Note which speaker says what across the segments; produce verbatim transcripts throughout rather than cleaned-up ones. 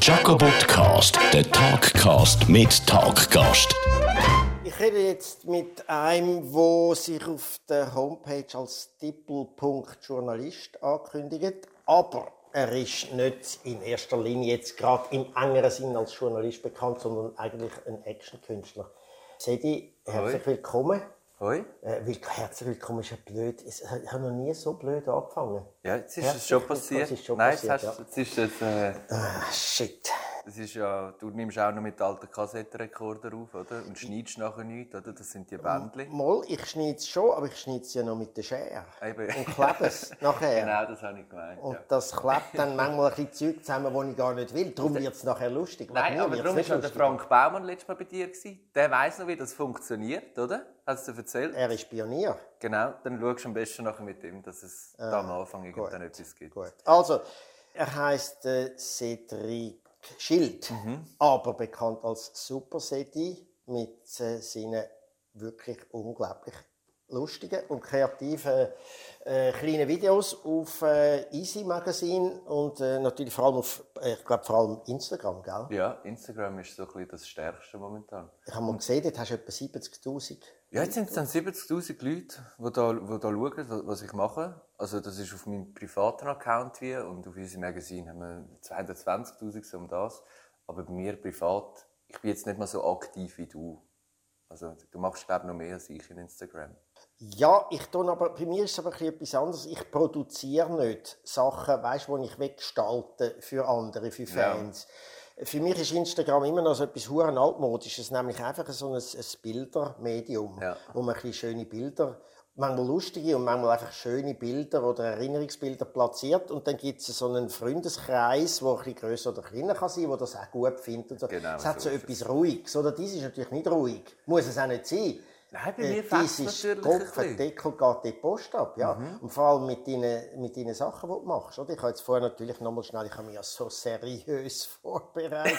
Speaker 1: Jacobotcast, der Talkcast mit Talkgast.
Speaker 2: Ich rede jetzt mit einem, der sich auf der Homepage als Tippel-Journalist ankündigt, aber er ist nicht in erster Linie jetzt gerade im engeren Sinn als Journalist bekannt, sondern eigentlich ein Actionkünstler. Sedi, herzlich willkommen.
Speaker 3: Hoi.
Speaker 2: Äh, herzlich willkommen ist ja blöd. Ich habe noch nie so blöd angefangen.
Speaker 3: Ja, jetzt ist
Speaker 2: herzlich
Speaker 3: es schon passiert.
Speaker 2: Ist schon
Speaker 3: Nein,
Speaker 2: passiert,
Speaker 3: jetzt, hast,
Speaker 2: ja.
Speaker 3: jetzt ist es... Äh,
Speaker 2: ah, shit.
Speaker 3: Das ist ja, du nimmst auch noch mit alten Kassettenrekorder auf, oder? Und schneidest nachher nichts, oder? Das sind die Bändchen.
Speaker 2: Mal, ich schneide es schon, aber ich schneide es ja noch mit der Schere.
Speaker 3: Eben.
Speaker 2: Und klebe es nachher.
Speaker 3: Genau, das habe ich gemeint.
Speaker 2: Und
Speaker 3: ja.
Speaker 2: das klebt dann manchmal ein bisschen Zeug zusammen, das ich gar nicht will. Darum wird es nachher lustig.
Speaker 3: Nein,
Speaker 2: Mir
Speaker 3: aber
Speaker 2: wird's
Speaker 3: darum
Speaker 2: nicht
Speaker 3: war ja der
Speaker 2: lustig.
Speaker 3: Frank Baumann letztes Mal bei dir gewesen. Der weiss noch, wie das funktioniert, oder? Hast du dir erzählt?
Speaker 2: Er ist Pionier.
Speaker 3: Genau, dann schaust du am besten nachher mit ihm, dass es
Speaker 2: Ah,
Speaker 3: da am Anfang irgendwann
Speaker 2: gut,
Speaker 3: etwas gibt.
Speaker 2: Gut. Also, er heisst äh, Cedric Schild,
Speaker 3: Mhm.
Speaker 2: aber bekannt als Super Sedi mit äh, seinen wirklich unglaublich lustigen und kreativen äh, kleinen Videos auf äh, Easy Magazine und äh, natürlich vor allem auf, äh, ich glaube vor allem Instagram, gell?
Speaker 3: Ja, Instagram ist so ein bisschen das Stärkste momentan.
Speaker 2: Ich habe mal gesehen, dort hast du etwa siebzigtausend.
Speaker 3: Ja, jetzt sind es dann siebzigtausend Leute, die da, die da schauen, was ich mache. Also das ist auf meinem privaten Account wie und auf unserem Magazin haben wir zweihundertzwanzigtausend, so um das. Aber bei mir privat, ich bin jetzt nicht mehr so aktiv wie du. Also du machst, glaube ich, noch mehr als ich in Instagram.
Speaker 2: Ja, ich tue aber, bei mir ist es aber etwas anderes. Ich produziere nicht Sachen, weißt, die ich wegstalte für andere, für Fans. Ja. Für mich ist Instagram immer noch so etwas huren altmodisches, nämlich einfach so ein, ein Bildermedium,
Speaker 3: Ja.
Speaker 2: wo man ein bisschen schöne Bilder, manchmal lustige und manchmal einfach schöne Bilder oder Erinnerungsbilder platziert und dann gibt es so einen Freundeskreis, der ein bisschen grösser oder kleiner kann sein, der das auch gut findet. Und so.
Speaker 3: Genau,
Speaker 2: es hat
Speaker 3: so
Speaker 2: so
Speaker 3: ist
Speaker 2: etwas Ruhiges. Oder? Das ist natürlich nicht ruhig. Muss es auch nicht sein.
Speaker 3: Nein, bei mir
Speaker 2: Äh,
Speaker 3: fängt es
Speaker 2: dieses
Speaker 3: natürlich ein bisschen.
Speaker 2: Kopfendeckel geht die Post ab, ja.
Speaker 3: Mhm.
Speaker 2: Und vor allem mit deinen, mit deinen Sachen, die du machst. Oder? Ich habe jetzt vorher natürlich nochmal schnell, ich habe mich ja so seriös vorbereitet.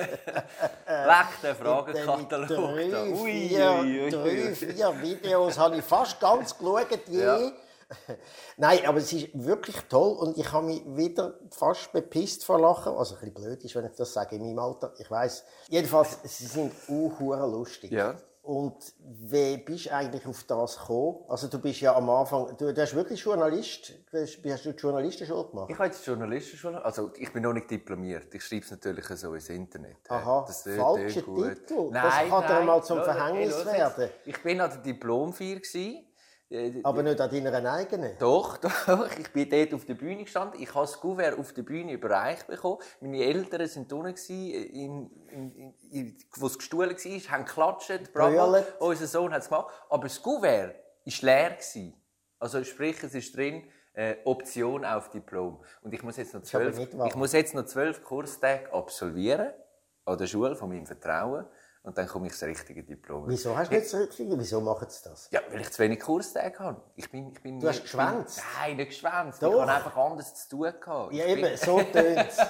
Speaker 3: Leck, der Fragenkatalog
Speaker 2: Mit drei,
Speaker 3: da. Ui,
Speaker 2: vier,
Speaker 3: ui, ui,
Speaker 2: drei,
Speaker 3: ui.
Speaker 2: vier Videos habe ich fast ganz geschaut, je.
Speaker 3: Ja.
Speaker 2: Nein, aber es ist wirklich toll und ich habe mich wieder fast bepisst vor Lachen. Also ein bisschen blöd ist, wenn ich das sage in meinem Alter. Ich weiss. Jedenfalls, sie sind auch lustig.
Speaker 3: Ja.
Speaker 2: Und wie bist du eigentlich auf das gekommen? Also du bist ja am Anfang, du, du hast wirklich Journalist, du hast, hast du die Journalistenschule gemacht?
Speaker 3: Ich habe jetzt Journalistenschule, also ich bin noch nicht diplomiert. Ich schreibe es natürlich so ins Internet.
Speaker 2: Aha,
Speaker 3: das tönt
Speaker 2: falscher
Speaker 3: gut.
Speaker 2: Titel.
Speaker 3: Nein,
Speaker 2: das kann dir
Speaker 3: nein.
Speaker 2: mal zum
Speaker 3: Schau,
Speaker 2: Verhängnis
Speaker 3: hey, schau
Speaker 2: werden.
Speaker 3: jetzt. Ich bin an der Diplomfeier.
Speaker 2: Aber nicht an deiner eigenen?
Speaker 3: Doch, doch. Ich bin dort auf der Bühne gestanden. Ich habe das Kuvert auf der Bühne überreicht bekommen. Meine Eltern waren unten, in, in, in, wo es gestuhlt war, haben geklatscht. Bravo.
Speaker 2: Brüllt.
Speaker 3: Unser Sohn hat es gemacht. Aber das Kuvert war leer. Also sprich, es ist drin, äh, Option auf Diplom. Und ich muss jetzt noch zwölf, ich muss jetzt noch zwölf Kurstage absolvieren an der Schule von meinem Vertrauen. Und dann komme ich das richtige Diplom.
Speaker 2: Wieso hast du nicht das richtige? Wieso machen sie das?
Speaker 3: Ja, weil ich zu wenig Kurstage habe. Ich bin, ich bin
Speaker 2: Du hast geschwänzt?
Speaker 3: Bin, nein, nicht geschwänzt.
Speaker 2: Doch.
Speaker 3: Ich habe einfach anders zu tun gehabt.
Speaker 2: Ja,
Speaker 3: Ich
Speaker 2: eben,
Speaker 3: bin,
Speaker 2: so tönt es.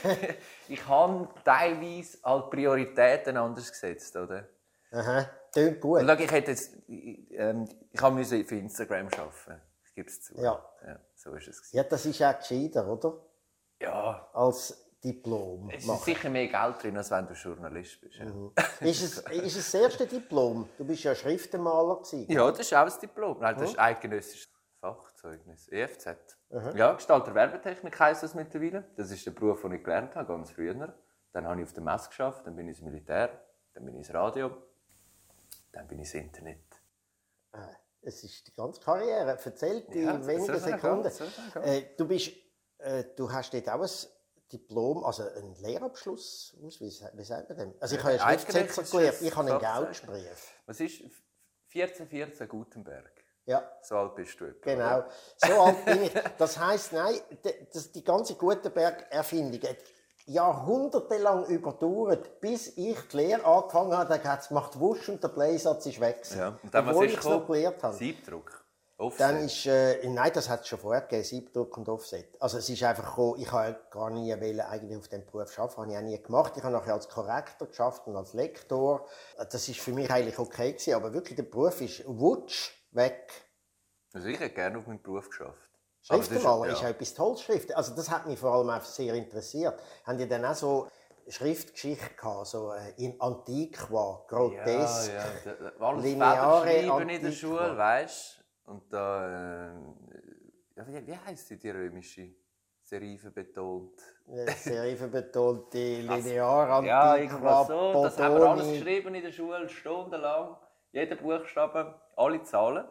Speaker 3: ich habe teilweise halt Prioritäten anders gesetzt, oder?
Speaker 2: Aha, tönt gut.
Speaker 3: Und schau, ich hätte jetzt, ich, ähm, ich habe müssen für Instagram arbeiten. Ich gebe es zu.
Speaker 2: Ja.
Speaker 3: Ja, so ist es.
Speaker 2: Ja, das ist auch gescheiter, oder?
Speaker 3: Ja.
Speaker 2: Als Diplom.
Speaker 3: Es ist
Speaker 2: machen.
Speaker 3: sicher mehr Geld drin, als wenn du Journalist bist. Ja,
Speaker 2: Mhm. Ist es, ist es das erste Diplom? Du bist ja Schriftmaler gewesen.
Speaker 3: ja, das ist auch ein Diplom. Nein, das ist eidgenössisches Fachzeugnis. E F Z. Ja, Gestalter Werbetechnik heisst das mittlerweile. Das ist der Beruf, den ich gelernt habe, ganz früher. Dann habe ich auf der Messe geschafft, dann bin ich ins Militär, dann bin ich ins Radio, dann bin ich ins Internet.
Speaker 2: Äh, Es ist die ganze Karriere. Erzähl die
Speaker 3: Ja,
Speaker 2: in wenigen
Speaker 3: soll ich
Speaker 2: Sekunden.
Speaker 3: gehen? Soll ich gehen?
Speaker 2: Äh, du, bist, äh, du hast dort auch ein Diplom, also einen Lehrabschluss. Wie, wie sagt man dem? Also ich habe ja Schriftsetzer gelernt, ich habe einen Geldbrief.
Speaker 3: Was ist vierzehn vierzehn Gutenberg?
Speaker 2: Ja.
Speaker 3: So alt bist du etwa,
Speaker 2: Genau,
Speaker 3: oder?
Speaker 2: so alt bin ich. Das heisst, nein, die, das, die ganze Gutenberg-Erfindung hat jahrhundertelang überdauert, bis ich die Lehre angefangen habe. Dann hat es gemacht Wusch und der Bleisatz ist weg.
Speaker 3: Ja. Und dann,
Speaker 2: obwohl
Speaker 3: was
Speaker 2: ich
Speaker 3: ist
Speaker 2: es noch gelernt habe.
Speaker 3: Siebdruck. Offset.
Speaker 2: Dann ist, äh, nein, das hat es schon vorher gegeben, Siebdruck und Offset. Also es ist einfach gekommen, ich wollte gar nie wollen, eigentlich auf diesem Beruf arbeiten, habe ich auch nie gemacht. Ich habe nachher als Korrektor geschafft und als Lektor. Das ist für mich eigentlich okay gewesen, aber wirklich der Beruf ist wutsch weg.
Speaker 3: Also ich hätte gerne auf meinen Beruf geschafft.
Speaker 2: Schriftmaler
Speaker 3: ist,
Speaker 2: ist
Speaker 3: ja.
Speaker 2: auch etwas Tolles, Schrift. Also das hat mich vor allem auch sehr interessiert. Haben die dann auch so Schriftgeschichte gehabt, so äh, in Antiqua, grotesk.
Speaker 3: Ja, ja. Da, alles
Speaker 2: Lineare
Speaker 3: Federschreiben in der
Speaker 2: Antiqua.
Speaker 3: Schule, weißt du? Und da. Äh, ja, wie, wie heisst die, die römische? Serifen betont.
Speaker 2: Serifenbetonte Linear
Speaker 3: Ja,
Speaker 2: Antiqua,
Speaker 3: irgendwas so. Das haben wir alles
Speaker 2: Bodoni.
Speaker 3: geschrieben in der Schule, stundenlang. Jeder Buchstabe, alle Zahlen.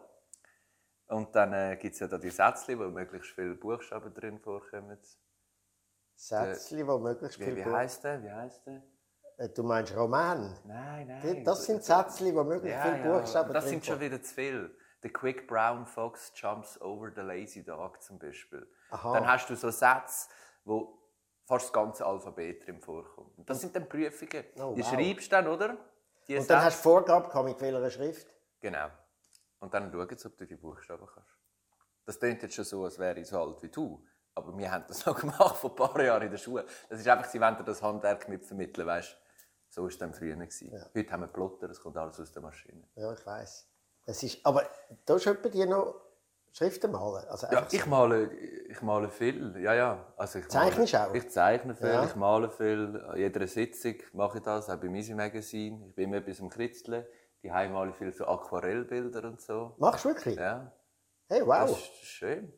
Speaker 3: Und dann äh, gibt es ja da die Sätzchen, wo möglichst viele Buchstaben drin vorkommen.
Speaker 2: Sätzchen, wo möglichst
Speaker 3: Wie,
Speaker 2: viel
Speaker 3: wie
Speaker 2: Buch-
Speaker 3: heisst der? Wie heisst der?
Speaker 2: Äh, Du meinst Roman?
Speaker 3: Nein, nein.
Speaker 2: Die- Das sind Sätzchen, wo möglichst
Speaker 3: ja,
Speaker 2: viele
Speaker 3: ja.
Speaker 2: Buchstaben
Speaker 3: Das
Speaker 2: drin
Speaker 3: sind schon
Speaker 2: vorkommen.
Speaker 3: wieder zu viel. The quick brown fox jumps over the lazy dog zum Beispiel.
Speaker 2: Aha.
Speaker 3: Dann hast du so Sätze, wo fast das ganze Alphabet drin vorkommt. Und das sind dann Prüfungen.
Speaker 2: Oh,
Speaker 3: die
Speaker 2: wow.
Speaker 3: schreibst du dann, oder? Die
Speaker 2: Und dann
Speaker 3: Sätze.
Speaker 2: hast du Vorgabe gehabt, mit welcher Schrift?
Speaker 3: Genau. Und dann schauen sie, ob du die Buchstaben kannst. Das klingt jetzt schon so, als wäre ich so alt wie du. Aber wir haben das noch gemacht vor ein paar Jahren in der Schule. Das ist einfach, sie wollen dir das Handwerk nicht vermitteln, weißt? So war es dann früher. Ja. Heute haben wir Plotter, das kommt alles aus der Maschine.
Speaker 2: Ja, ich weiss. Es ist, aber da ist jemand, die noch Schriften malen. Also
Speaker 3: Ja,
Speaker 2: einfach
Speaker 3: ich male, ich male viel. Ja, ja. Also ich
Speaker 2: Zeichnest
Speaker 3: male,
Speaker 2: du auch?
Speaker 3: Ich zeichne viel,
Speaker 2: Ja.
Speaker 3: ich male viel. An jeder Sitzung mache ich das, auch beim Easy Magazine. Ich bin immer etwas am Kritzteln. Die male ich viel so Aquarellbilder und so.
Speaker 2: Machst du wirklich?
Speaker 3: Ja,
Speaker 2: Hey, wow.
Speaker 3: das ist schön.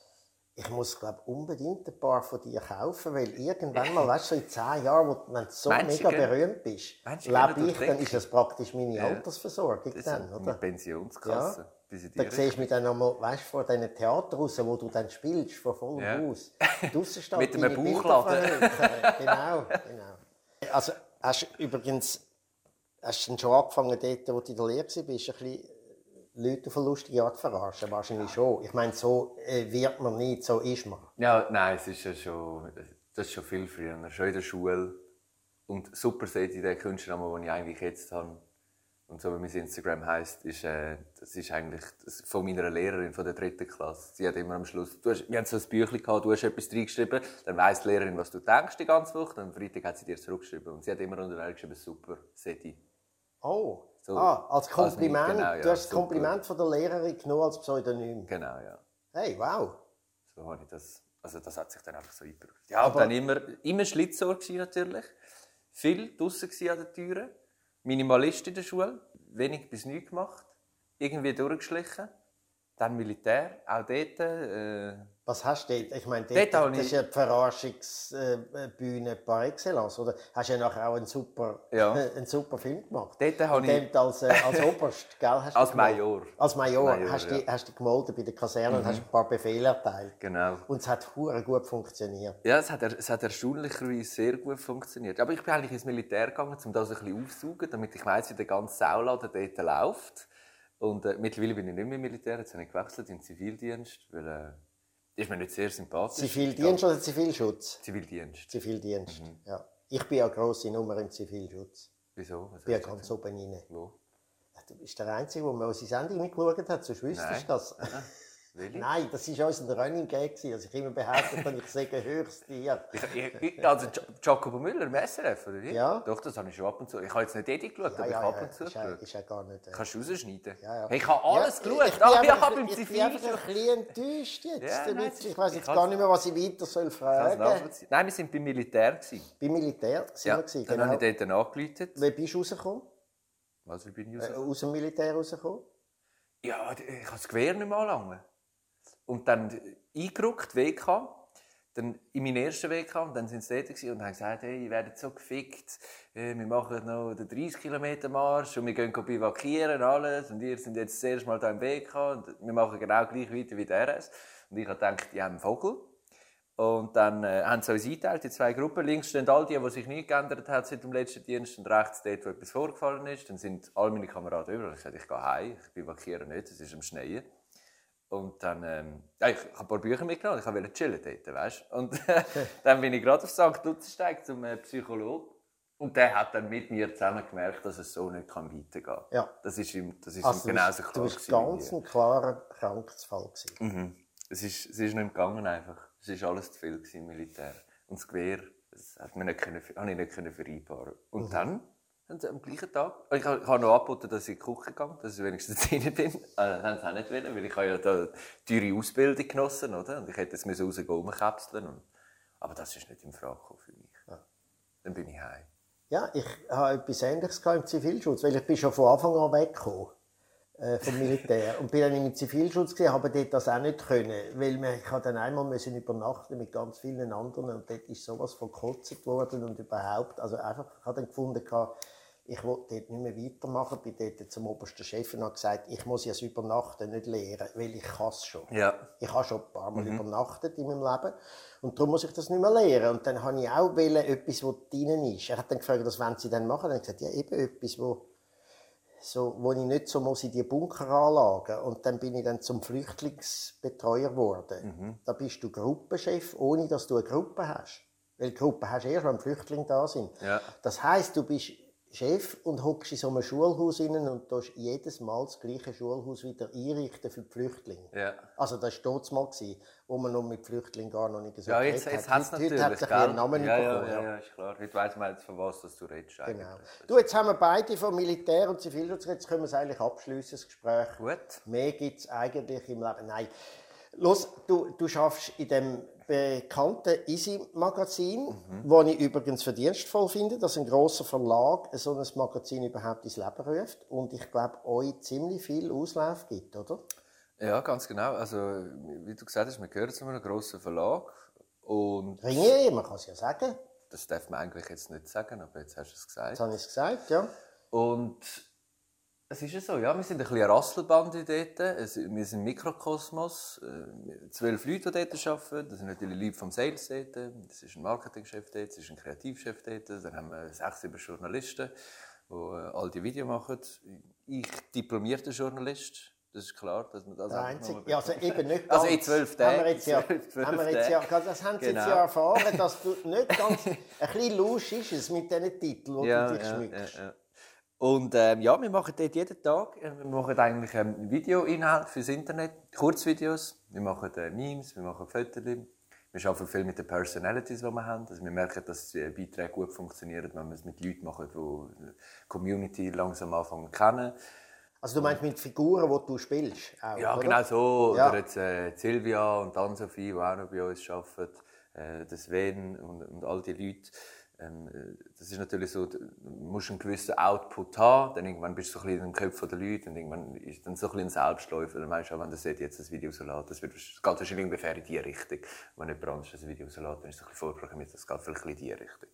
Speaker 2: Ich muss, glaube unbedingt ein paar von dir kaufen, weil irgendwann mal, weißt du, so in zehn Jahren, wo, wenn du so
Speaker 3: Meinst du,
Speaker 2: mega
Speaker 3: gell?
Speaker 2: berühmt bist,
Speaker 3: Meinst du,
Speaker 2: lebe
Speaker 3: gell,
Speaker 2: ich,
Speaker 3: du
Speaker 2: dann
Speaker 3: denkst-
Speaker 2: ist das praktisch meine
Speaker 3: Ja.
Speaker 2: Altersversorgung
Speaker 3: Das
Speaker 2: dann,
Speaker 3: ist
Speaker 2: oder?
Speaker 3: eine Pensionskasse.
Speaker 2: Ja.
Speaker 3: Bis in die
Speaker 2: Da
Speaker 3: Richtung.
Speaker 2: siehst du mich dann nochmal, weißt du, vor diesen Theater raus, wo du dann spielst, vor vollem
Speaker 3: Ja.
Speaker 2: Haus. Draussen steht
Speaker 3: Mit einem
Speaker 2: deine Bilder
Speaker 3: Bauchladen.
Speaker 2: verhüllt. Genau, genau. Also, hast du übrigens, hast du denn schon angefangen, dort, wo du in der Lehre warst, ein bisschen Leute auf eine lustige Art verarschen? Wahrscheinlich schon. Ich meine, so äh, wird man nicht, so ist man.
Speaker 3: Ja, nein, es ist ja schon, das ist schon viel früher, schon in der Schule. Und super seht ihr den Künstlername, den ich eigentlich jetzt habe. Und so wie mein Instagram heisst, ist, äh, das ist eigentlich das von meiner Lehrerin von der dritten Klasse. Sie hat immer am Schluss, du hast, wir haben so ein Büchlein gehabt, du hast etwas reingeschrieben, dann weiss die Lehrerin, was du denkst die ganze Woche, dann am Freitag hat sie dir zurückgeschrieben. Und sie hat immer unter geschrieben, super, Seti.
Speaker 2: Oh,
Speaker 3: So,
Speaker 2: ah, als Kompliment.
Speaker 3: als mein- genau, ja,
Speaker 2: du hast das
Speaker 3: super.
Speaker 2: Kompliment von der Lehrerin genommen als Pseudonym.
Speaker 3: Genau, ja.
Speaker 2: Hey, wow.
Speaker 3: So habe ich das, also das hat sich dann einfach so eingebrüht. Ja,
Speaker 2: Aber-
Speaker 3: und dann immer, immer Schlitzohr gsi natürlich. Viel draussen gsi an den Türen. Minimalist in der Schule. Wenig bis nichts gemacht. Irgendwie durchgeschlichen. Dann Militär, auch dort. Äh,
Speaker 2: Was hast du dort? Ich meine,
Speaker 3: Dort
Speaker 2: dort,
Speaker 3: habe
Speaker 2: das
Speaker 3: ich-
Speaker 2: ist ja die Verarschungsbühne par excellence, oder? Hast du ja nachher auch einen super,
Speaker 3: Ja.
Speaker 2: einen super Film gemacht.
Speaker 3: Dort habe
Speaker 2: In dem du als, äh, als Oberst, gell? Hast du
Speaker 3: Als
Speaker 2: gemalt?
Speaker 3: Major.
Speaker 2: Als Major,
Speaker 3: Major,
Speaker 2: hast, du,
Speaker 3: ja.
Speaker 2: hast du gemolden bei der Kaserne und hast ein paar Befehle erteilt.
Speaker 3: genau.
Speaker 2: Und es hat hure gut funktioniert.
Speaker 3: Ja, es hat, er- es hat erstaunlicherweise sehr gut funktioniert. Aber ich bin eigentlich ins Militär gegangen, um das ein bisschen aufzusaugen, damit ich weiss, wie der ganze Sauladen dort läuft. Und äh, mittlerweile bin ich nicht mehr im Militär, jetzt habe ich gewechselt in den Zivildienst, weil äh, ist mir nicht sehr sympathisch.
Speaker 2: Zivildienst oder Zivilschutz?
Speaker 3: Zivildienst.
Speaker 2: Zivildienst,
Speaker 3: Mhm.
Speaker 2: ja. Ich bin ja grosse Nummer im Zivilschutz.
Speaker 3: Wieso? Was
Speaker 2: Ich bin ja
Speaker 3: hast du
Speaker 2: ganz
Speaker 3: denn?
Speaker 2: oben rein.
Speaker 3: Wo?
Speaker 2: Ja, du bist der Einzige, der mal unsere Sendung mitgeschaut hat, sonst wüsstest
Speaker 3: Nein.
Speaker 2: du das.
Speaker 3: Welche?
Speaker 2: Nein, das war unser Running Gag, dass ich immer behauptet habe, ich sage höchst dir.
Speaker 3: Ich, ich, ich, also Jo- Jacobo Müller im S R F, oder wie?
Speaker 2: Ja.
Speaker 3: Doch, das habe ich schon ab und zu. Ich habe jetzt nicht jede geschaut,
Speaker 2: Ja,
Speaker 3: aber ich
Speaker 2: ja,
Speaker 3: habe ab
Speaker 2: ja,
Speaker 3: und zu
Speaker 2: ist, ja,
Speaker 3: geschaut.
Speaker 2: ist ja gar nicht. Äh,
Speaker 3: Kannst du rausschneiden?
Speaker 2: ja, ja.
Speaker 3: Hey, ich habe alles
Speaker 2: ja,
Speaker 3: geschaut.
Speaker 2: Ich, ich,
Speaker 3: Ah,
Speaker 2: bin
Speaker 3: ja,
Speaker 2: einfach-
Speaker 3: beim
Speaker 2: ich, ich bin
Speaker 3: Zivil.
Speaker 2: einfach ein bisschen enttäuscht jetzt.
Speaker 3: Ja,
Speaker 2: Ein
Speaker 3: nein,
Speaker 2: bisschen. Ich weiß
Speaker 3: ich
Speaker 2: jetzt
Speaker 3: kann's-
Speaker 2: gar nicht mehr, was ich weiter soll
Speaker 3: Kannst du
Speaker 2: fragen soll.
Speaker 3: nachvollziehen? Nein, wir waren beim Militär. gewesen.
Speaker 2: Beim Militär sind
Speaker 3: Ja,
Speaker 2: wir gewesen,
Speaker 3: dann
Speaker 2: genau.
Speaker 3: habe ich dort angerufen.
Speaker 2: Wie bist du rausgekommen?
Speaker 3: Was, wie bin ich
Speaker 2: Äh,
Speaker 3: rausgekommen?
Speaker 2: aus dem Militär rausgekommen?
Speaker 3: Ja, ich habe das Gewehr nicht mehr anlangen. Und dann eingerückt, W K. Dann in meinen ersten W K. Und dann sind sie dort gewesen und haben gesagt, hey, ihr werdet so gefickt. äh, Wir machen noch den dreißig Kilometer Marsch und wir gehen bivakieren, alles. Und ihr seid jetzt das erste Mal hier im W K. Und wir machen genau gleich weiter wie der R S. Und ich habe gedacht, die haben einen Vogel. Und dann äh, haben sie uns eingeteilt in zwei Gruppen. Links stehen all die, die sich nicht geändert haben seit dem letzten Dienst. Und rechts dort, wo etwas vorgefallen ist. Dann sind alle meine Kameraden über. Und ich sagte, ich gehe heim, ich bivakiere nicht, es ist am Schneien. Und dann, ähm, ja, ich habe ein paar Bücher mitgenommen, ich wollte chillen dort, weißt? Und dann bin ich gerade auf Sankt Lutzensteig zum äh, Psychologen. Und der hat dann mit mir zusammen gemerkt, dass es so nicht weitergehen kann.
Speaker 2: Ja.
Speaker 3: Das ist ihm, das ist
Speaker 2: Also,
Speaker 3: ihm
Speaker 2: du
Speaker 3: genauso
Speaker 2: bist,
Speaker 3: klar
Speaker 2: du bist
Speaker 3: gewesen wie
Speaker 2: ganz
Speaker 3: mir.
Speaker 2: ein klarer Krankheitsfall gewesen.
Speaker 3: Mhm. Es ist, es ist nicht gegangen einfach. Es war alles zu viel gewesen im Militär. Und das Gewehr, das hat mir nicht können, habe ich nicht können vereinbaren. Und
Speaker 2: Mhm.
Speaker 3: dann, haben sie am gleichen Tag, ich habe, ich habe noch angeboten, dass ich in die Küche gehe, dass ich wenigstens rein bin. Äh, Das haben sie auch nicht wollen, weil ich habe ja da teure Ausbildung genossen, oder? Und ich hätte jetzt rausgehen, rumkäpseln. Und, aber das ist nicht in Frage gekommen für mich.
Speaker 2: Ja.
Speaker 3: Dann bin ich heim.
Speaker 2: Ja, ich habe etwas Ähnliches im Zivilschutz, weil ich bin schon von Anfang an weggekommen äh, vom Militär und bin dann im Zivilschutz gewesen, habe dort das auch nicht können, weil wir, ich dann einmal müssen übernachten mit ganz vielen anderen und dort ist sowas von gekotzt worden und überhaupt, also einfach, ich habe dann gefunden, ich wollte dort nicht mehr weitermachen, bin dort zum obersten Chef und habe gesagt, ich muss ja das Übernachten nicht lernen, weil ich kann es schon.
Speaker 3: Ja.
Speaker 2: Ich habe schon ein paar Mal mhm. übernachtet in meinem Leben und darum muss ich das nicht mehr lernen. Und dann habe ich auch wollen, etwas, was drin ist. Er hat dann gefragt, was wollen Sie denn machen? Dann habe ich gesagt, ja eben etwas, wo, so, wo ich nicht so muss in die Bunkeranlagen. Und dann bin ich dann zum Flüchtlingsbetreuer geworden. Mhm. Da bist du Gruppenchef, ohne dass du eine Gruppe hast. Weil Gruppe hast du erst, wenn Flüchtlinge da sind.
Speaker 3: Ja.
Speaker 2: Das heisst, du bist Chef und hockst in so einem Schulhaus rein und tust jedes Mal das gleiche Schulhaus wieder einrichten für die Flüchtlinge.
Speaker 3: Ja.
Speaker 2: Also das war dort mal, wo man noch mit Flüchtlingen gar noch nicht so
Speaker 3: ja, jetzt, jetzt hat. Jetzt
Speaker 2: hat es natürlich, heute hat
Speaker 3: einen
Speaker 2: Namen
Speaker 3: ja,
Speaker 2: bekommen.
Speaker 3: Ja, ja, ja, ist klar. Heute weiss man jetzt, von was du redest.
Speaker 2: Genau. Du, jetzt haben wir beide von Militär und Zivilschutz, jetzt können wir es eigentlich abschliessen, das Gespräch.
Speaker 3: Gut.
Speaker 2: Mehr gibt es eigentlich im Leben. Nein. Los, du, du schaffst in dem bekannten Easy-Magazin, mhm. das ich übrigens verdienstvoll finde, dass ein grosser Verlag so ein Magazin überhaupt ins Leben ruft und ich glaube, euch ziemlich viel Auslauf gibt, oder?
Speaker 3: Ja, ganz genau. Also, wie du gesagt hast, wir gehören zu einem grossen Verlag. Und
Speaker 2: Ringier, man kann es ja sagen.
Speaker 3: Das darf man eigentlich jetzt nicht sagen, aber jetzt hast du es gesagt.
Speaker 2: Jetzt habe ich es gesagt, ja.
Speaker 3: Und es ist ja so, ja, wir sind ein bisschen eine Rasselbande dort. Wir sind ein Mikrokosmos. Zwölf Leute, die dort arbeiten. Das sind natürlich Leute vom Sales dort. Das ist ein Marketingchef dort, das ist ein Kreativchef dort. Dann haben wir sechs, sieben Journalisten, die all die Videos machen. Ich diplomierter Journalist. Das ist klar, dass man das
Speaker 2: auch noch ja, also eben nicht ganz.
Speaker 3: Also in zwölf Tagen.
Speaker 2: Haben wir jetzt ja, zwölf, zwölf haben wir jetzt ja, das haben Sie genau. jetzt ja erfahren, dass du nicht ganz... Ein bisschen lusch ist es mit diesen Titeln, die
Speaker 3: ja,
Speaker 2: du dich
Speaker 3: ja,
Speaker 2: schmückst.
Speaker 3: Ja, ja. Und ähm, ja, wir machen dort jeden Tag, wir machen eigentlich ähm, Videoinhalt fürs Internet, Kurzvideos, wir machen äh, Memes, wir machen Fotos. Wir arbeiten viel mit den Personalities, die wir haben. Also wir merken, dass die Beiträge gut funktionieren, wenn wir es mit Leuten machen, die die Community langsam anfangen zu kennen.
Speaker 2: Also du meinst mit Figuren, die du spielst? Auch,
Speaker 3: ja,
Speaker 2: oder?
Speaker 3: genau so.
Speaker 2: Ja.
Speaker 3: Oder jetzt äh, Silvia und Ann-Sophie, die auch noch bei uns arbeiten, äh, der Sven und, und all die Leute. Ähm, das ist natürlich so, du musst einen gewissen Output haben, dann irgendwann bist du so ein bisschen in den Köpfen der Leute und irgendwann ist dann so ein bisschen ein Selbstläufer. Dann weißt du auch, wenn das jetzt das Video so lädt, das, wird, das geht wahrscheinlich ungefähr in die Richtung. Wenn jemand anderes das Video so lädt, dann ist es ein bisschen vorprogrammiert, das geht vielleicht in die Richtung.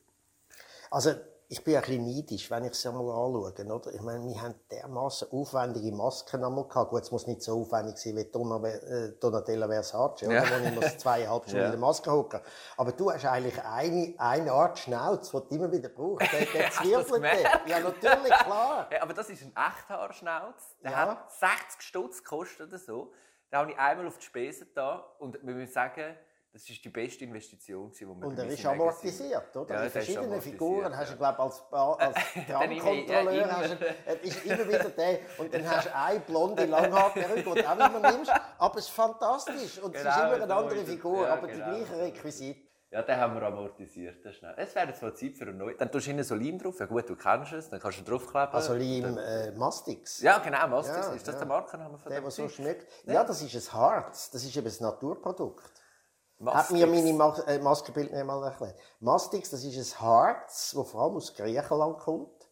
Speaker 2: Also ich bin ein bisschen neidisch, wenn ich es einmal anschaue. Oder? Ich meine, wir haben dermaßen aufwendige Masken einmal gehabt. Gut, es muss nicht so aufwendig sein wie Donatella Versace, ja. Oder? Wo ich muss zweieinhalb Stunden ja. in der Maske hocken. Aber du hast eigentlich eine, eine Art Schnauz, die du immer wieder brauchst. Der, der zwirbelt den. Ja, natürlich, klar.
Speaker 3: Ja, aber das ist ein Echthaarschnauz. Der
Speaker 2: ja.
Speaker 3: hat sechzig Stutz gekostet oder so. Den habe ich einmal auf die Spesen da und wir müssen sagen, das war die beste Investition, die wir
Speaker 2: Und er ist amortisiert, oder? Ja, in verschiedenen Figuren
Speaker 3: ja.
Speaker 2: hast du, glaube als, als Tramkontrolleur ja, ist immer wieder der. Und dann hast du eine blonde Langhaarperücke, die du auch immer nimmst. Aber es ist fantastisch. Und genau, es ist immer eine andere Figur, ja, aber genau. die gleichen Requisiten.
Speaker 3: Ja, den haben wir amortisiert. Das schnell. Es wäre jetzt mal Zeit für einen neuen. Dann tust du hinten so Leim drauf. Ja gut, du kennst es, dann kannst du draufkleben.
Speaker 2: Also Leim äh, Mastix?
Speaker 3: Ja, genau, Mastix. Ja, ist das
Speaker 2: ja.
Speaker 3: der Markenname von
Speaker 2: der,
Speaker 3: dem?
Speaker 2: Der, so schmeckt. Ja. ja, das ist ein Harz. Das ist eben ein Naturprodukt.
Speaker 3: Mastix.
Speaker 2: Hat mir meine Mas äh, Maskenbildnerin mal erklärt. Mastix, das ist ein Harz, das vor allem aus Griechenland kommt.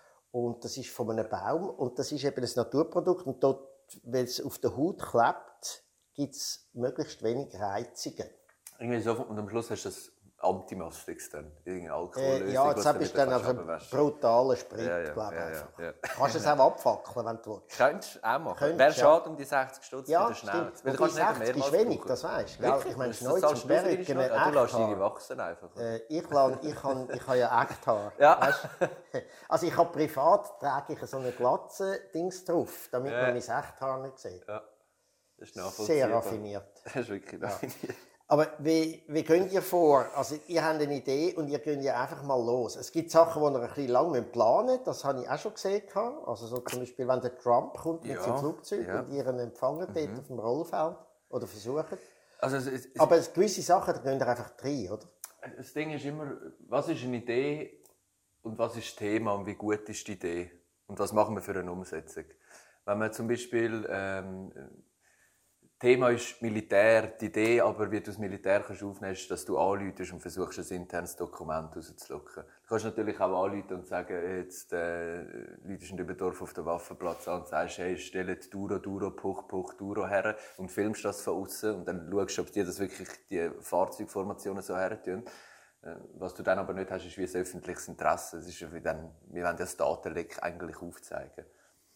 Speaker 2: Und das ist von einem Baum. Und das ist eben ein Naturprodukt. Und dort, wenn es auf der Haut klebt, gibt es möglichst wenig Reizungen.
Speaker 3: Irgendwie so, und am Schluss hast du das Anti-Mastix dann, irgendeine Alkohollösung.
Speaker 2: Äh, ja, jetzt bist du dann auf einem brutalen Sprit,
Speaker 3: ja, ja,
Speaker 2: glaube ich.
Speaker 3: Ja,
Speaker 2: ja,
Speaker 3: ja.
Speaker 2: Kannst du es auch abfackeln, wenn du willst?
Speaker 3: Könntest du auch machen.
Speaker 2: Könntest,
Speaker 3: Wäre
Speaker 2: ja.
Speaker 3: schade um die sechzig Stutz
Speaker 2: ja,
Speaker 3: für den Schnauz.
Speaker 2: Weil du kannst sechzig ist wenig, brauchen. Das weißt du. Ich meine, Schnäuze und Perücken,
Speaker 3: ja, du lässt deine wachsen einfach.
Speaker 2: Äh, ich, lasse, ich, kann, ich habe ja Echthaar.
Speaker 3: Ja.
Speaker 2: Weißt? Also ich habe privat trage ich so eine Glatze-Dings drauf, damit
Speaker 3: ja.
Speaker 2: man mein Echthaar nicht sieht.
Speaker 3: Ja. Das ist
Speaker 2: sehr raffiniert.
Speaker 3: Das ist wirklich raffiniert. Ja.
Speaker 2: Aber wie, wie geht ihr vor? Also, ihr habt eine Idee und ihr geht ja einfach mal los. Es gibt Sachen, die ihr ein bisschen lang planen müsst. Das habe ich auch schon gesehen. Also so zum Beispiel, wenn der Trump kommt mit ja, seinem Flugzeug ja. und ihr ihn empfangen mhm. dort auf dem Rollfeld oder versucht. Also, es, es, Aber es, gewisse Sachen, da gehen ihr einfach rein, oder?
Speaker 3: Das Ding ist immer, was ist eine Idee und was ist das Thema und wie gut ist die Idee? Und was machen wir für eine Umsetzung? Wenn man zum Beispiel... Ähm, Thema ist Militär. Die Idee aber, wie du das Militär kannst aufnehmen kannst, ist, dass du anrufst und versuchst, ein internes Dokument rauszulocken. Du kannst natürlich auch anrufen und sagen, jetzt äh, läutest du in Überdorf auf den Waffenplatz an und sagst, hey, stell Duro, Duro, Puch, Puch, Duro her und filmst das von außen und dann schaust du, ob die das wirklich die Fahrzeugformationen so her tun. Was du dann aber nicht hast, ist wie ein öffentliches Interesse. Es ist wie dann, wir wollen das Datenleck eigentlich aufzeigen.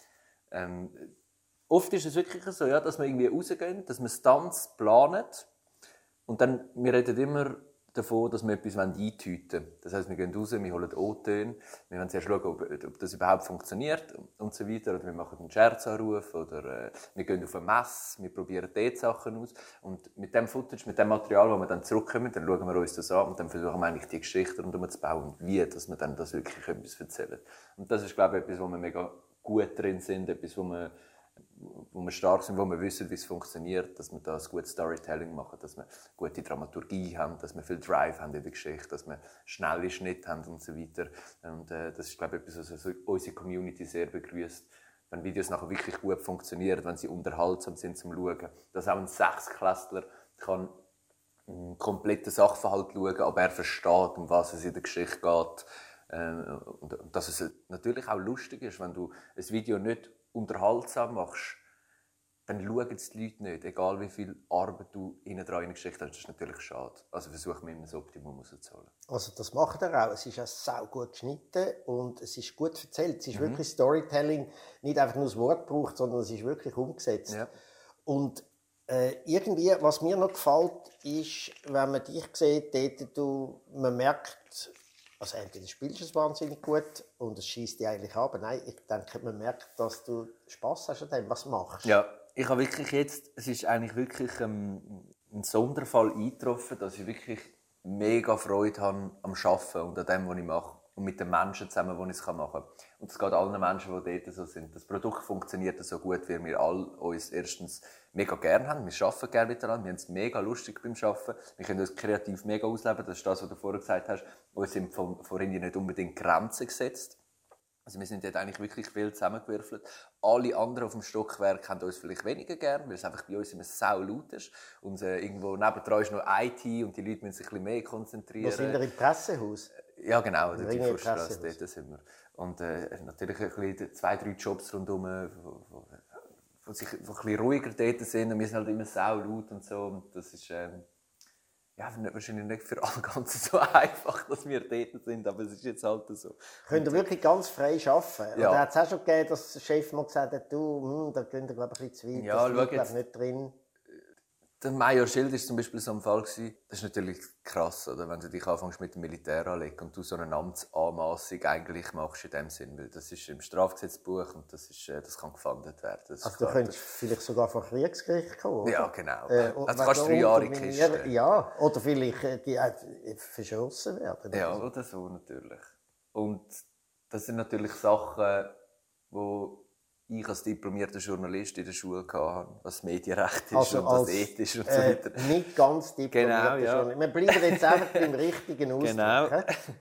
Speaker 3: Ähm, oft ist es wirklich so, ja, dass wir irgendwie rausgehen, dass wir Stunts planen und dann, wir reden immer davon, dass wir etwas eintüten wollen. Das heisst, wir gehen raus, wir holen O-Töne, wir wollen zuerst schauen, ob, ob das überhaupt funktioniert und so weiter. Oder wir machen einen Scherzanruf oder äh, wir gehen auf eine Messe, wir probieren dort Sachen aus. Und mit dem Footage, mit dem Material, das wir dann zurückkommen, dann schauen wir uns das an und dann versuchen wir eigentlich die Geschichte rundherum zu bauen und wie, dass wir dann das wirklich etwas erzählen. Und das ist, glaube ich, etwas, wo wir mega gut drin sind, etwas, wo wir wo wir stark sind, wo wir wissen, wie es funktioniert, dass wir da ein gutes Storytelling machen, dass wir gute Dramaturgie haben, dass wir viel Drive haben in der Geschichte, dass wir schnelle Schnitte haben und so weiter. Und äh, das ist, glaube ich, etwas, was unsere Community sehr begrüßt. Wenn Videos nachher wirklich gut funktionieren, wenn sie unterhaltsam sind zum Schauen. Dass auch ein Sechsklässler kann einen kompletten Sachverhalt schauen, aber er versteht, um was es in der Geschichte geht. Äh, und, und dass es natürlich auch lustig ist, wenn du ein Video nicht unterhaltsam machst, dann schauen es die Leute nicht, egal wie viel Arbeit du ihnen dran in die Geschichte hast. Das ist natürlich schade. Also versuchen wir immer das Optimum rauszuholen.
Speaker 2: Also das macht er auch. Es ist auch sau gut geschnitten und es ist gut erzählt. Es ist mhm. wirklich Storytelling, nicht einfach nur das Wort gebraucht, sondern es ist wirklich umgesetzt. Ja. Und äh, irgendwie, was mir noch gefällt, ist, wenn man dich sieht, dort, du, man merkt, also entweder spielst du es wahnsinnig gut und es schießt dich eigentlich ab. Nein, ich denke, man merkt, dass du Spass hast an dem, was du machst.
Speaker 3: Ja, ich habe wirklich jetzt, es ist eigentlich wirklich ähm, ein Sonderfall eingetroffen, dass ich wirklich mega Freude habe am Arbeiten und an dem, was ich mache. Und mit den Menschen zusammen, die ich es machen kann. Und es geht allen Menschen, die dort so sind. Das Produkt funktioniert so gut, weil wir alle uns erstens mega gerne haben. Wir arbeiten gerne miteinander. Wir haben es mega lustig beim Arbeiten. Wir können uns kreativ mega ausleben. Das ist das, was du vorher gesagt hast. Uns sind von, vorhin nicht unbedingt Grenzen gesetzt. Also wir sind dort eigentlich wirklich viel zusammengewürfelt. Alle anderen auf dem Stockwerk haben uns vielleicht weniger gern, weil es einfach bei uns immer sau laut ist. Und äh, irgendwo nebendran ist noch I T und die Leute müssen sich ein bisschen mehr konzentrieren.
Speaker 2: Wo sind wir im Pressehaus?
Speaker 3: Ja, genau, der Tifo-Strasse, dort sind wir. Und äh, natürlich ein bisschen, zwei, drei Jobs rundherum, wo, wo, wo, sich, wo ein bisschen ruhiger dort sind. Und wir sind halt immer sau laut und so. Und das ist äh, ja, wahrscheinlich nicht für alle ganz so einfach, dass wir dort sind, aber es ist jetzt halt so.
Speaker 2: Könnt ihr wirklich ganz frei arbeiten? Ja. Oder hat es auch schon gegeben, dass der Chef mal gesagt hat, du, hm, da könnt ihr glaube ich ein bisschen zu weit,
Speaker 3: ja,
Speaker 2: das liegt nicht drin?
Speaker 3: Der Major Schild war zum Beispiel so ein Fall. Das ist natürlich krass, oder? Wenn du dich anfängst mit dem Militär anlegen und du so eine Amtsanmassung eigentlich machst in dem Sinn, weil das ist im Strafgesetzbuch und das, ist, das kann gefahndet werden. Das
Speaker 2: also du könntest vielleicht sogar vor Kriegsgericht kommen, oder?
Speaker 3: Ja, genau.
Speaker 2: Äh,
Speaker 3: also kannst du drei Jahre in die Kiste.
Speaker 2: Ja, oder vielleicht äh, die, äh, verschossen werden.
Speaker 3: Ja, so. Oder so natürlich. Und das sind natürlich Sachen, die ich als diplomierter Journalist in der Schule hatte, was Medienrecht ist
Speaker 2: also
Speaker 3: und was ethisch und so weiter.
Speaker 2: Äh, nicht ganz diplomierter
Speaker 3: genau, ja.
Speaker 2: Journalist. Wir bleiben jetzt einfach beim richtigen Ausdruck.
Speaker 3: Genau.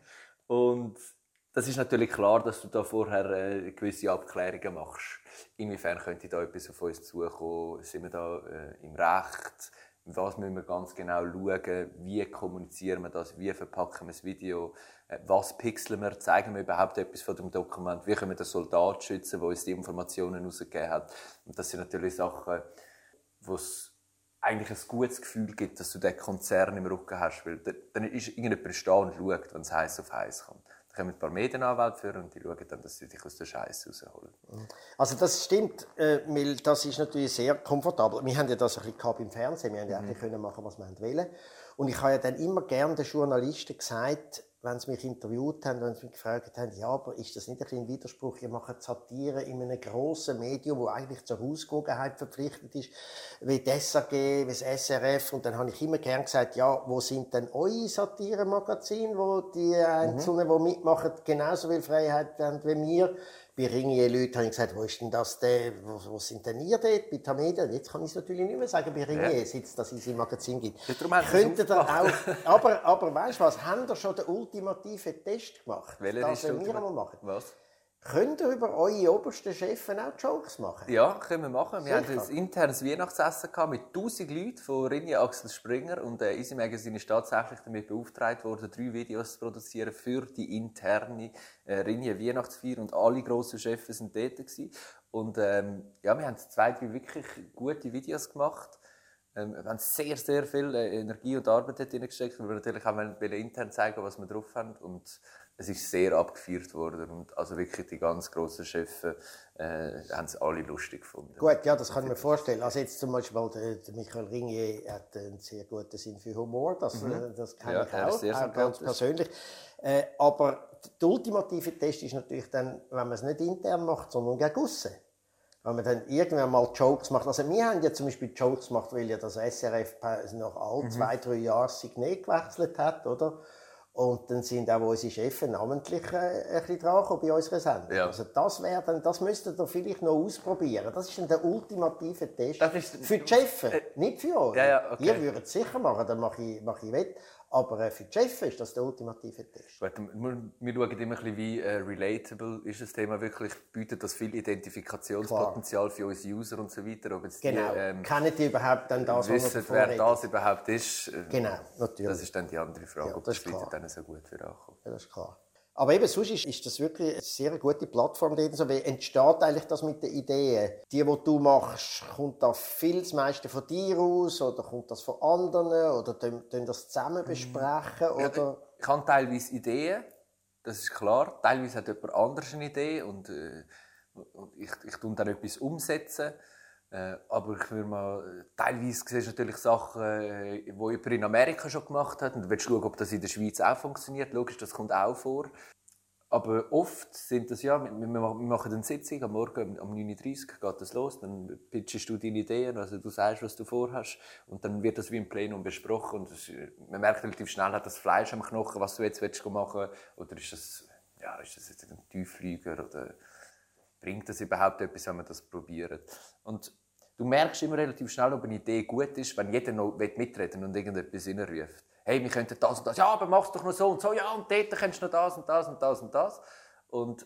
Speaker 3: Und das ist natürlich klar, dass du da vorher äh, gewisse Abklärungen machst. Inwiefern könnte da etwas auf uns zukommen? Sind wir da äh, im Recht? Was müssen wir ganz genau schauen? Wie kommunizieren wir das? Wie verpacken wir das Video? Was pixeln wir? Zeigen wir überhaupt etwas von dem Dokument? Wie können wir den Soldat schützen, der uns die Informationen herausgegeben hat? Und das sind natürlich Sachen, wo es eigentlich ein gutes Gefühl gibt, dass du diesen Konzern im Rücken hast. Weil dann ist irgendjemand stehen und schaut, wenn es heiß auf heiß kommt. Da kommen ein paar Medienanwälte für und die schauen dann, dass sie dich aus der Scheiße rausholen.
Speaker 2: Also das stimmt, äh, weil das ist natürlich sehr komfortabel. Wir haben ja das ein bisschen beim Fernsehen, wir haben ja eigentlich mhm. machen, was wir wollen. Und ich habe ja dann immer gerne den Journalisten gesagt, wenn sie mich interviewt haben, wenn sie mich gefragt haben, ja, aber ist das nicht ein bisschen Widerspruch? Ihr macht Satire in einem grossen Medium, das eigentlich zur Ausgewogenheit verpflichtet ist, wie die S A G, wie das S R F. Und dann habe ich immer gerne gesagt, ja, wo sind denn eure Satire-Magazine, wo die Einzelnen, mhm. die mitmachen, genauso viel Freiheit haben wie wir? Bei Ringier-Leuten habe ich gesagt, wo ist denn das der, wo, wo sind denn ihr dort, bei Tamedia? Jetzt kann ich es natürlich nicht mehr sagen, bei Ringier, ja. seit es das in seinem Magazin gibt. Könntet ihr auch, aber, aber weißt du was, haben ihr schon den ultimativen Test gemacht?
Speaker 3: Welcher
Speaker 2: das
Speaker 3: ist
Speaker 2: wir einmal machen.
Speaker 3: Was?
Speaker 2: Könnt ihr über eure obersten Chefs auch Jokes machen?
Speaker 3: Ja, können wir machen. Wir
Speaker 2: Sicher?
Speaker 3: hatten ein internes Weihnachtsessen mit tausend Leuten von Rinja Axel Springer und äh, Easy Magazine ist tatsächlich damit beauftragt worden, drei Videos zu produzieren für die interne äh, Rinja Weihnachtsfeier und alle grossen Chefs waren dort gewesen. Und ähm, ja, wir haben zwei, drei wirklich gute Videos gemacht. Ähm, wir haben sehr, sehr viel äh, Energie und Arbeit dort hineingesteckt, weil wir natürlich auch wollen, intern zeigen, was wir drauf haben. Und es ist sehr abgefeiert worden. Und also wirklich die ganz grossen Chefs äh, haben es alle lustig gefunden.
Speaker 2: Gut, ja, das kann ich mir vorstellen. Also jetzt zum Beispiel der, der Michael Ringier hat einen sehr guten Sinn für Humor. Das, mhm. das kenne
Speaker 3: ja,
Speaker 2: ich auch,
Speaker 3: sehr
Speaker 2: auch ganz persönlich. Äh, aber der ultimative Test ist natürlich dann, wenn man es nicht intern macht, sondern gegen aussen. Wenn man dann irgendwann mal Jokes macht. Also wir haben ja zum Beispiel Jokes gemacht, weil ja das S R F nach all mhm. zwei, drei Jahren Signet gewechselt hat, oder? Und dann sind auch unsere Chefs namentlich äh, ein bisschen dran bei unserer Sendung. Ja. Also das wäre dann, das müsstet ihr vielleicht noch ausprobieren. Das ist dann der ultimative Test. Das ist, für die Chefs, äh, nicht für euch.
Speaker 3: Ja, ja, okay.
Speaker 2: Ihr würdet es sicher machen, dann mache ich, mache ich wett. Aber äh, für die Chefs ist das der ultimative Test.
Speaker 3: Gut, wir schauen immer ein bisschen, wie äh, relatable ist das Thema wirklich. Bietet das viel Identifikationspotenzial Klar. für unsere User und so weiter. Ob jetzt
Speaker 2: genau.
Speaker 3: Die, ähm,
Speaker 2: kennen die überhaupt dann das,
Speaker 3: wissen,
Speaker 2: was
Speaker 3: wer das überhaupt ist? Äh,
Speaker 2: genau, natürlich.
Speaker 3: Das ist dann die andere Frage,
Speaker 2: ja,
Speaker 3: ob das, das Leute dann so gut für ankommen.
Speaker 2: Ja, das ist klar. Aber eben, sonst ist, ist das wirklich eine sehr gute Plattform. Also, wie entsteht eigentlich das mit den Ideen? Die, die du machst, kommt da viel das meiste von dir aus? Oder kommt das von anderen? Oder tun das zusammen besprechen? Oder?
Speaker 3: Ja, ich habe teilweise Ideen, das ist klar. Teilweise hat jemand anderes eine Idee und, äh, und ich, ich tue dann etwas umsetzen. Äh, aber ich würde mal, teilweise siehst du natürlich Sachen, äh, die jemand in Amerika schon gemacht hat und du willst schauen, ob das in der Schweiz auch funktioniert. Logisch, das kommt auch vor. Aber oft sind das ja, wir, wir machen eine Sitzung am Morgen um neun Uhr dreißig geht das los, dann pitchest du deine Ideen, also du sagst, was du vorhast und dann wird das wie im Plenum besprochen und das, man merkt relativ schnell, hat das Fleisch am Knochen, was du jetzt willst machen oder ist das, ja, ist das jetzt ein Tiefflieger oder bringt das überhaupt etwas, wenn man das probiert. Und du merkst immer relativ schnell, ob eine Idee gut ist, wenn jeder noch mitreden und irgendetwas reinruft. Hey, wir könnten das und das. Ja, aber mach's doch noch so und so. Ja, und dort kannst du noch das und das und das und das. Und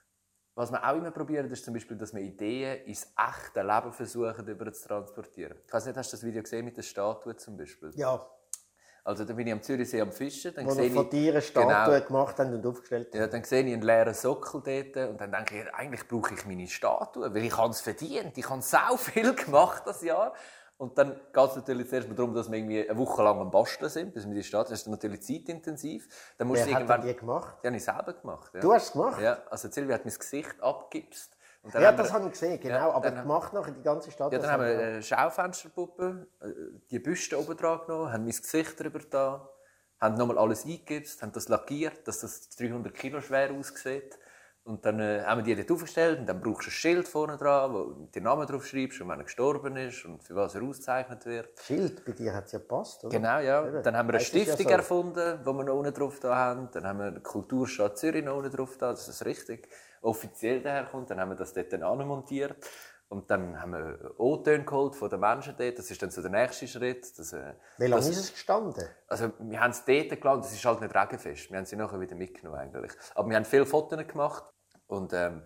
Speaker 3: was wir auch immer probieren, ist zum Beispiel, dass wir Ideen ins echte Leben versuchen, über zu transportieren. Ich weiß nicht, hast du das Video gesehen mit der Statue zum Beispiel?
Speaker 2: Ja.
Speaker 3: Also da bin ich am Zürichsee am Fischen. Dann
Speaker 2: Wo wir von dir eine Statue genau, gemacht haben und aufgestellt haben.
Speaker 3: Ja, dann sehe ich einen leeren Sockel dort und dann denke ich, eigentlich brauche ich meine Statue, weil ich habe es verdient. Ich habe so viel gemacht das Jahr. Und dann geht es natürlich zuerst mal darum, dass wir irgendwie eine Woche lang am Basteln sind, bis wir die Statue. Das ist natürlich zeitintensiv. Dann musst
Speaker 2: Wer
Speaker 3: du irgendwann...
Speaker 2: hat die gemacht?
Speaker 3: Die habe ich selber gemacht. Ja.
Speaker 2: Du hast es gemacht?
Speaker 3: Ja, also Silvia hat mein Gesicht abgegipst.
Speaker 2: Und dann ja, das habe ich gesehen, genau. Ja, aber gemacht nachher die ganze Stadt.
Speaker 3: Ja, dann haben wir eine Schaufensterpuppe, die Büste oben dran genommen, haben mein Gesicht drüber da, haben nochmal alles eingegipst, haben das lackiert, dass das dreihundert Kilo schwer aussieht. Und dann äh, haben wir die dort aufgestellt und dann brauchst du ein Schild vorne dran, wo du den Namen drauf schreibst und wenn er gestorben ist und für was er ausgezeichnet wird.
Speaker 2: Schild, bei dir hat es ja gepasst, oder?
Speaker 3: Genau, ja. Eben. Dann haben wir eine Stiftung ja so. erfunden, die wir noch unten drauf da haben. Dann haben wir den Kulturstadt Zürich noch unten drauf da, dass das richtig offiziell daherkommt. Dann haben wir das dort dann anmontiert. Und dann haben wir O-Töne geholt von den Menschen dort. Das ist dann so der nächste Schritt. Das, äh,
Speaker 2: Wie lange
Speaker 3: das,
Speaker 2: ist es gestanden?
Speaker 3: Also, wir haben es dort gelassen. Das ist halt nicht regenfest. Wir haben sie nachher wieder mitgenommen, eigentlich. Aber wir haben viele Fotos gemacht. Und ähm,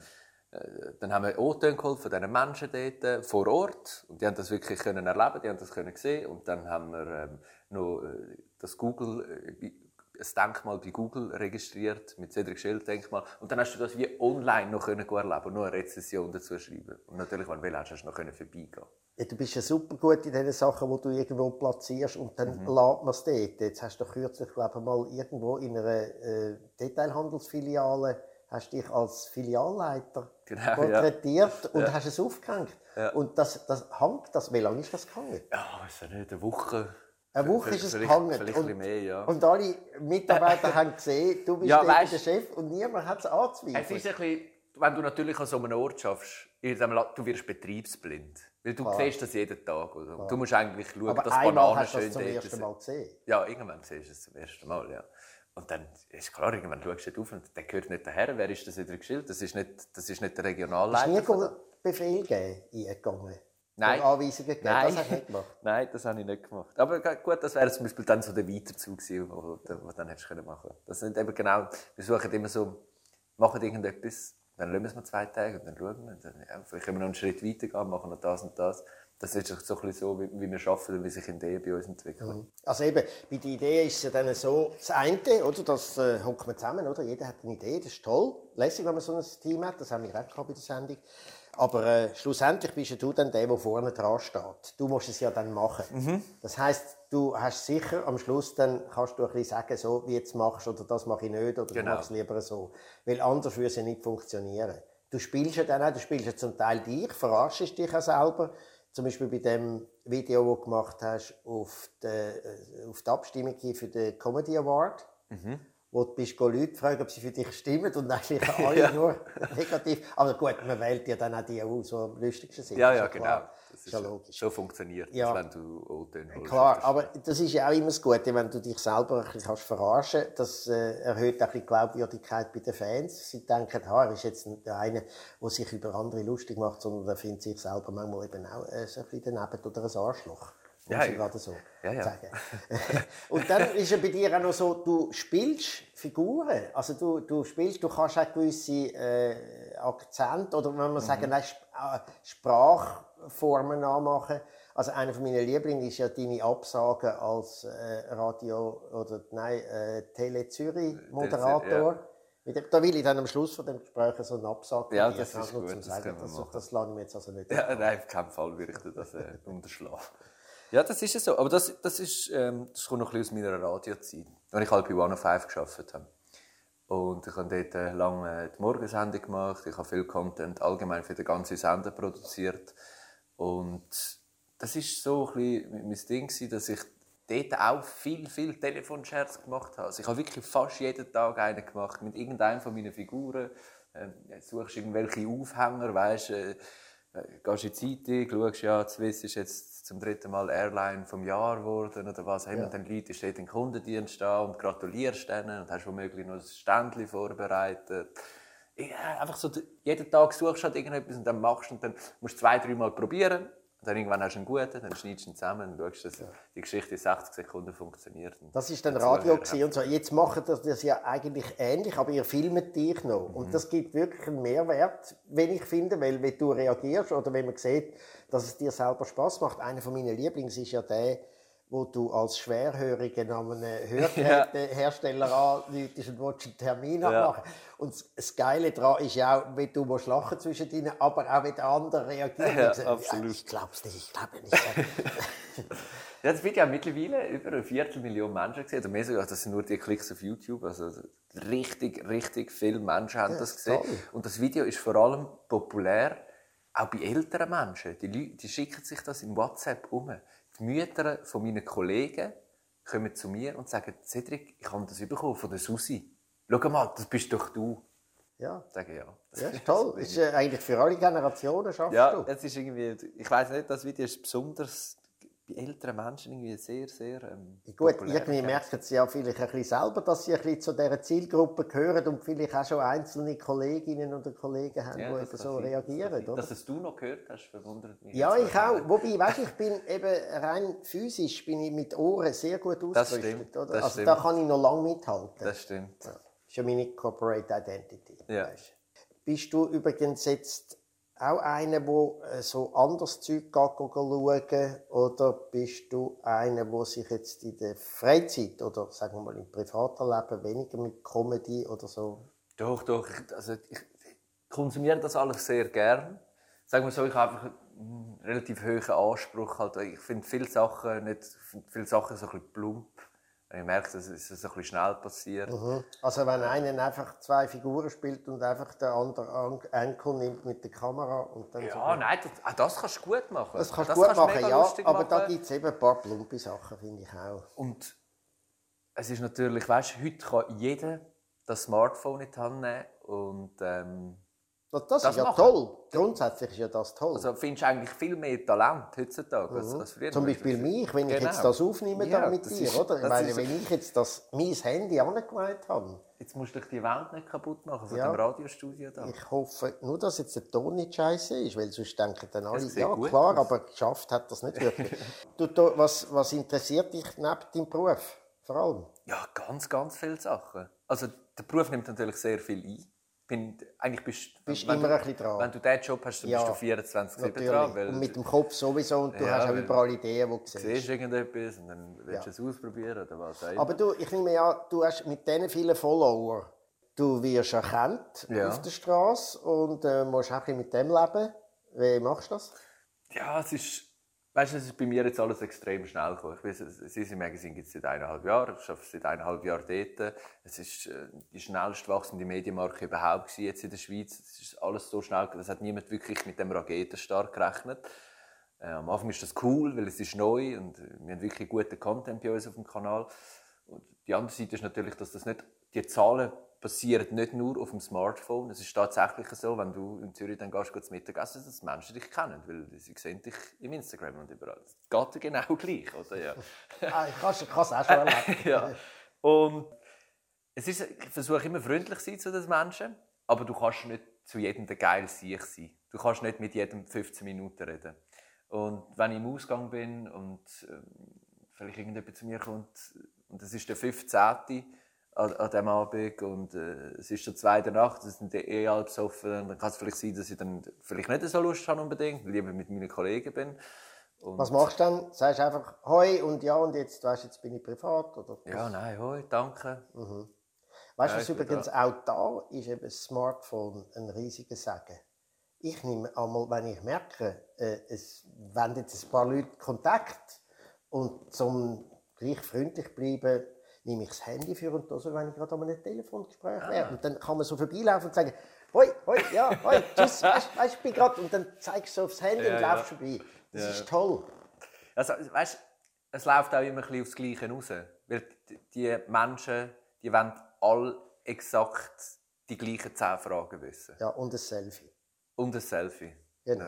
Speaker 3: dann haben wir O-Töne geholt von diesen Menschen dort vor Ort. Und die haben das wirklich können erleben, die haben das können sehen. Und dann haben wir ähm, noch äh, das Google, äh, ein Denkmal bei Google registriert, mit Cedric Schild-Denkmal. Und dann hast du das wie online noch können erleben und noch eine Rezession dazu schreiben. Und natürlich, wenn du willst, hast du noch vorbeigehen.
Speaker 2: Ja, du bist ja super gut in den Sachen, die du irgendwo platzierst und dann mhm. lädt man es dort. Jetzt hast du kürzlich, glaube ich, mal irgendwo in einer äh, Detailhandelsfiliale hast dich als Filialleiter genau, porträtiert ja. und ja. hast es aufgehängt. Ja. Und das, das hängt, das, wie lange ist das gehangen?
Speaker 3: Ja, ist ja nicht eine Woche.
Speaker 2: Eine Woche ist es gehangen.
Speaker 3: Vielleicht und, mehr, ja.
Speaker 2: Und alle Mitarbeiter haben gesehen, du bist ja, weißt, der Chef und niemand hat es anzweifeln.
Speaker 3: Es ist ein bisschen, wenn du natürlich an so einem Ort schaffst, du wirst betriebsblind. Weil du Klar. siehst das jeden Tag. Oder? Du musst eigentlich schauen,
Speaker 2: aber
Speaker 3: dass Bananen schön
Speaker 2: das zum ersten Mal gesehen.
Speaker 3: Ja, irgendwann siehst du es zum ersten Mal, ja. Und dann ist klar, irgendwann schaust du auf und der gehört nicht daher. Wer ist das in der Geschichte? Das ist nicht, das ist nicht der Regionalleiter.
Speaker 2: Hast du nie Befehl gegeben, eingegangen?
Speaker 3: Nein.
Speaker 2: Anweisungen gegeben?
Speaker 3: Nein.
Speaker 2: Das hast du nicht gemacht?
Speaker 3: Nein, das habe ich nicht gemacht. Aber gut, das wäre zum Beispiel dann so der Weiterzug gewesen, den du dann hättest machen können. Das sind eben genau, wir suchen immer so, machen irgendetwas, Dann lassen wir es noch zwei Tage und dann schauen wir. Dann, ja, vielleicht können wir noch einen Schritt weiter gehen, machen noch das und das. Das ist so ein bisschen so, wie, wie wir arbeiten und wie sich Ideen bei uns entwickeln.
Speaker 2: Also eben, bei der Idee ist es ja dann so, das eine, oder, das äh, hockt man zusammen, oder? Jeder hat eine Idee, das ist toll, lässig, wenn man so ein Team hat, das haben wir auch gehabt bei der Sendung. Aber äh, schlussendlich bist ja du dann der, der vorne dran steht. Du musst es ja dann machen. Mhm. Das heisst, du hast sicher am Schluss dann kannst du ein bisschen sagen, so wie jetzt machst oder das mache ich nicht oder genau. Du machst es lieber so. Weil anders würde es ja nicht funktionieren. Du spielst ja dann auch, du spielst ja zum Teil dich, verarschst dich auch selber. Zum Beispiel bei dem Video, das du gemacht hast, auf die, auf die Abstimmung für den Comedy Award. Mhm. Wo du bist, Leute fragen, ob sie für dich stimmen und eigentlich alle ja. nur negativ. Aber gut, man wählt ja dann auch die aus, die am lustigsten sind.
Speaker 3: Ja, ja, genau. Das ist,
Speaker 2: ist ja logisch.
Speaker 3: So funktioniert
Speaker 2: ja.
Speaker 3: das, wenn du O-Töne holst.
Speaker 2: Klar, aber das ist ja auch immer das Gute, wenn du dich selber ein bisschen verarschen kannst. Das äh, erhöht auch ein bisschen die Glaubwürdigkeit bei den Fans. Sie denken, ha, er ist jetzt nicht der eine, der sich über andere lustig macht, sondern er findet sich selber manchmal eben auch äh, so ein bisschen daneben oder ein Arschloch.
Speaker 3: Ja,
Speaker 2: ich gerade so
Speaker 3: ja, ja.
Speaker 2: sagen. Und dann ist ja bei dir auch noch so, du spielst Figuren. Also du, du spielst, du kannst auch gewisse äh, Akzente oder wenn man mhm. sagen, nein, Sprachformen nachmachen. Also einer von meinen Lieblingen ist ja deine Absagen als äh, Radio- oder nein, äh, Tele Zürich-Moderator. Ja. Da will ich dann am Schluss von dem Gespräch so einen Absag
Speaker 3: ja, das ist gut,
Speaker 2: das, sagen, das, das, das lasse ich mir jetzt also nicht.
Speaker 3: Ja, nein, auf keinen Fall würde ich das äh, unterschlagen. Ja, das ist es so. Aber das, das, ist, ähm, das kommt noch ein bisschen aus meiner Radiozeit, als ich halt bei One oh Five gearbeitet habe. Und ich habe dort äh, lange die Morgensendung gemacht. Ich habe viel Content allgemein für den ganzen Sender produziert. Und das war so ein bisschen mein Ding, dass ich dort auch viel, viel Telefonscherz gemacht habe. Also ich habe wirklich fast jeden Tag einen gemacht mit irgendeiner von meinen Figuren. Ähm, suchst irgendwelche Aufhänger, weißt, äh, gehst in die Zeitung, schaust, ja, Swiss ist jetzt zum dritten Mal Airline vom Jahr geworden oder was. Ja. Und dann Leute steht im Kundendienst da und gratulierst denen und hast womöglich noch ein Ständchen vorbereitet. Ja, einfach so, jeden Tag suchst du halt irgendetwas und dann machst du und dann musst du zwei, drei Mal probieren. Und dann irgendwann hast du einen guten, dann schneidest du ihn zusammen und schaust, dass ja. die Geschichte in sechzig Sekunden funktioniert. Das
Speaker 2: war dann Radio und so. Jetzt macht ihr das ja eigentlich ähnlich, aber ihr filmt dich noch. Mhm. Und das gibt wirklich einen Mehrwert, wenn ich finde, weil wenn du reagierst oder wenn man sieht, dass es dir selber Spass macht. Einer von meinen Lieblings ist ja der, wo du als Schwerhöriger an einen Hörgerätehersteller ja. anläutest und willst einen Termin ja. abmachen. Und das Geile daran ist ja auch, wenn du musst lachen zwischen ihnen, aber auch wenn der andere reagiert.
Speaker 3: Ja,
Speaker 2: sagt,
Speaker 3: absolut.
Speaker 2: Ja, ich glaube es nicht, ich glaube nicht.
Speaker 3: Ja, das wird ja mittlerweile über eine Viertelmillion Menschen gesehen. Oder mehr sogar, das sind nur die Klicks auf YouTube. Also richtig, richtig viele Menschen haben ja, das gesehen. Toll. Und das Video ist vor allem populär, auch bei älteren Menschen. Die Leute, die schicken sich das in WhatsApp um. Die Mütter von meinen Kollegen kommen zu mir und sagen, Cedric, ich habe das bekommen von der Susi. Schau mal, das bist doch du.
Speaker 2: Ja.
Speaker 3: Ich sage ja.
Speaker 2: Das ja, ist toll. Das ist äh, eigentlich für alle Generationen schaffst
Speaker 3: ja,
Speaker 2: du.
Speaker 3: Es ist irgendwie, ich weiss nicht, das Video ist besonders bei älteren Menschen irgendwie sehr, sehr ähm,
Speaker 2: Gut, irgendwie merken sie ja vielleicht ein bisschen selber, dass sie ein bisschen zu dieser Zielgruppe gehören und vielleicht auch schon einzelne Kolleginnen oder Kollegen haben, ja, die eben so reagieren.
Speaker 3: Dass es du noch gehört hast, verwundert mich.
Speaker 2: Ja, ich auch. Wobei, weißt, ich bin eben rein physisch bin ich mit Ohren sehr gut ausgerüstet. Oder?
Speaker 3: Das
Speaker 2: also
Speaker 3: stimmt.
Speaker 2: Da kann ich noch lange mithalten.
Speaker 3: Das stimmt.
Speaker 2: Ja. Das ist ja meine Corporate Identity.
Speaker 3: Ja.
Speaker 2: Weißt. Bist du übrigens jetzt auch einer, der so anderes Zeug schauen oder bist du einer, der sich jetzt in der Freizeit oder sagen wir mal im privaten Leben weniger mit Comedy oder so?
Speaker 3: Doch, doch. Also ich konsumiere das alles sehr gern. Sagen wir so, ich habe einfach einen relativ hohen Anspruch. Halt. Ich finde viele Sachen nicht, viele Sachen so ein bisschen plump. Ich merke, dass es so ein bisschen schnell passiert.
Speaker 2: Mhm. Also wenn einer einfach zwei Figuren spielt und einfach der andere Enkel nimmt mit der Kamera und dann...
Speaker 3: Ja,
Speaker 2: so
Speaker 3: nein, das, das kannst du gut machen.
Speaker 2: Das kannst du
Speaker 3: das
Speaker 2: gut
Speaker 3: kannst
Speaker 2: machen, ja, aber
Speaker 3: machen.
Speaker 2: da gibt es eben ein paar plumpe Sachen, finde ich auch.
Speaker 3: Und es ist natürlich, weißt du, heute kann jeder das Smartphone in die Hand nehmen und ähm,
Speaker 2: das, das, das ist ja
Speaker 3: machen.
Speaker 2: Toll. Grundsätzlich ist ja das toll.
Speaker 3: Also findest du eigentlich viel mehr Talent heutzutage als,
Speaker 2: mhm.
Speaker 3: als früher.
Speaker 2: Zum Beispiel mich, wenn
Speaker 3: genau.
Speaker 2: ich jetzt das aufnehme
Speaker 3: ja,
Speaker 2: da mit
Speaker 3: das
Speaker 2: dir,
Speaker 3: ist,
Speaker 2: oder? Ich meine,
Speaker 3: ist,
Speaker 2: wenn ich jetzt das, mein Handy angelegt habe.
Speaker 3: Jetzt musst du dich die Welt nicht kaputt machen von
Speaker 2: ja.
Speaker 3: dem Radiostudio da.
Speaker 2: Ich hoffe nur, dass jetzt der Ton nicht scheiße ist, weil sonst denken dann alle, ja
Speaker 3: gut
Speaker 2: klar,
Speaker 3: aus.
Speaker 2: aber geschafft hat das nicht wirklich. du, du, was, was interessiert dich neben deinem Beruf vor allem?
Speaker 3: Ja, ganz, ganz viele Sachen. Also der Beruf nimmt natürlich sehr viel ein. bin, eigentlich bist,
Speaker 2: bist
Speaker 3: wenn
Speaker 2: immer
Speaker 3: du,
Speaker 2: ein bisschen dran.
Speaker 3: Wenn du diesen Job hast, dann
Speaker 2: Ja,
Speaker 3: bist du vierundzwanzig sieben
Speaker 2: natürlich.
Speaker 3: dran. Weil
Speaker 2: und mit dem Kopf sowieso und du
Speaker 3: Ja,
Speaker 2: hast auch
Speaker 3: weil
Speaker 2: überall Ideen, die du
Speaker 3: du
Speaker 2: siehst.
Speaker 3: siehst irgendetwas und dann willst du
Speaker 2: Ja.
Speaker 3: es ausprobieren oder was auch immer.
Speaker 2: Aber du, ich nehme an, du hast mit diesen vielen Followern, du wirst erkannt
Speaker 3: Ja.
Speaker 2: auf der Straße und äh, musst auch ein bisschen mit dem leben. Wie machst du das?
Speaker 3: Ja, es ist, weißt du, es ist bei mir jetzt alles extrem schnell gekommen. Ich weiß, das Easy Magazine gibt es seit eineinhalb Jahren. Ich arbeite seit eineinhalb Jahren dort. Es ist äh, die schnellst wachsende Medienmarke überhaupt gewesen, jetzt in der Schweiz. Es ist alles so schnell, das hat niemand wirklich mit dem Raketenstart gerechnet. Äh, am Anfang ist das cool, weil es ist neu und wir haben wirklich guten Content bei uns auf dem Kanal. Und die andere Seite ist natürlich, dass das nicht, die Zahlen passieren nicht nur auf dem Smartphone. Es ist tatsächlich so, wenn du in Zürich dann gehst, gehst Mittag essen, dass die Menschen dich kennen, weil sie sehen dich im Instagram und überall. Das geht dir genau gleich, oder? Ja.
Speaker 2: ah, ich kann es auch schon erleben.
Speaker 3: ja. Und es ist, ich versuche immer freundlich zu sein zu den Menschen, aber du kannst nicht zu jedem der geil Sieg sein. Du kannst nicht mit jedem fünfzehn Minuten reden. Und wenn ich im Ausgang bin und ähm, vielleicht irgendjemand zu mir kommt und es ist der fünfzehnte an, an diesem Abend und äh, es ist der zweite Nacht, es sind eh alle besoffen, dann kann es vielleicht sein, dass ich dann vielleicht nicht so Lust habe unbedingt, weil ich lieber mit meinen Kollegen bin. Und
Speaker 2: Was machst du dann? Sagst du einfach «Hoi» und «Ja» und jetzt, weißt, jetzt bin ich privat? Oder?
Speaker 3: Ja, nein, hoi, danke.
Speaker 2: Mhm. Weißt du,
Speaker 3: Ja,
Speaker 2: was
Speaker 3: ich bin
Speaker 2: übrigens auch da ist, eben das Smartphone ein riesiger Segen. Ich nehme einmal, wenn ich merke, äh, es wenden jetzt ein paar Leute Kontakt und zum gleich freundlich bleiben, nehme ich das Handy für und so, wenn ich gerade an einem Telefongespräch wäre. Und dann kann man so vorbeilaufen und sagen, hoi, hoi, ja, hoi, tschüss, weißt, weißt, ich bin gerade, und dann zeigst du so aufs Handy
Speaker 3: Ja,
Speaker 2: und
Speaker 3: ja.
Speaker 2: laufst vorbei. Das
Speaker 3: Ja.
Speaker 2: ist toll.
Speaker 3: Also, weißt, es läuft auch immer ein bisschen aufs Gleiche raus. Weil die- die Menschen, die wollen alle exakt die gleichen zehn Fragen wissen.
Speaker 2: Ja, und ein Selfie.
Speaker 3: Und ein Selfie.
Speaker 2: Genau.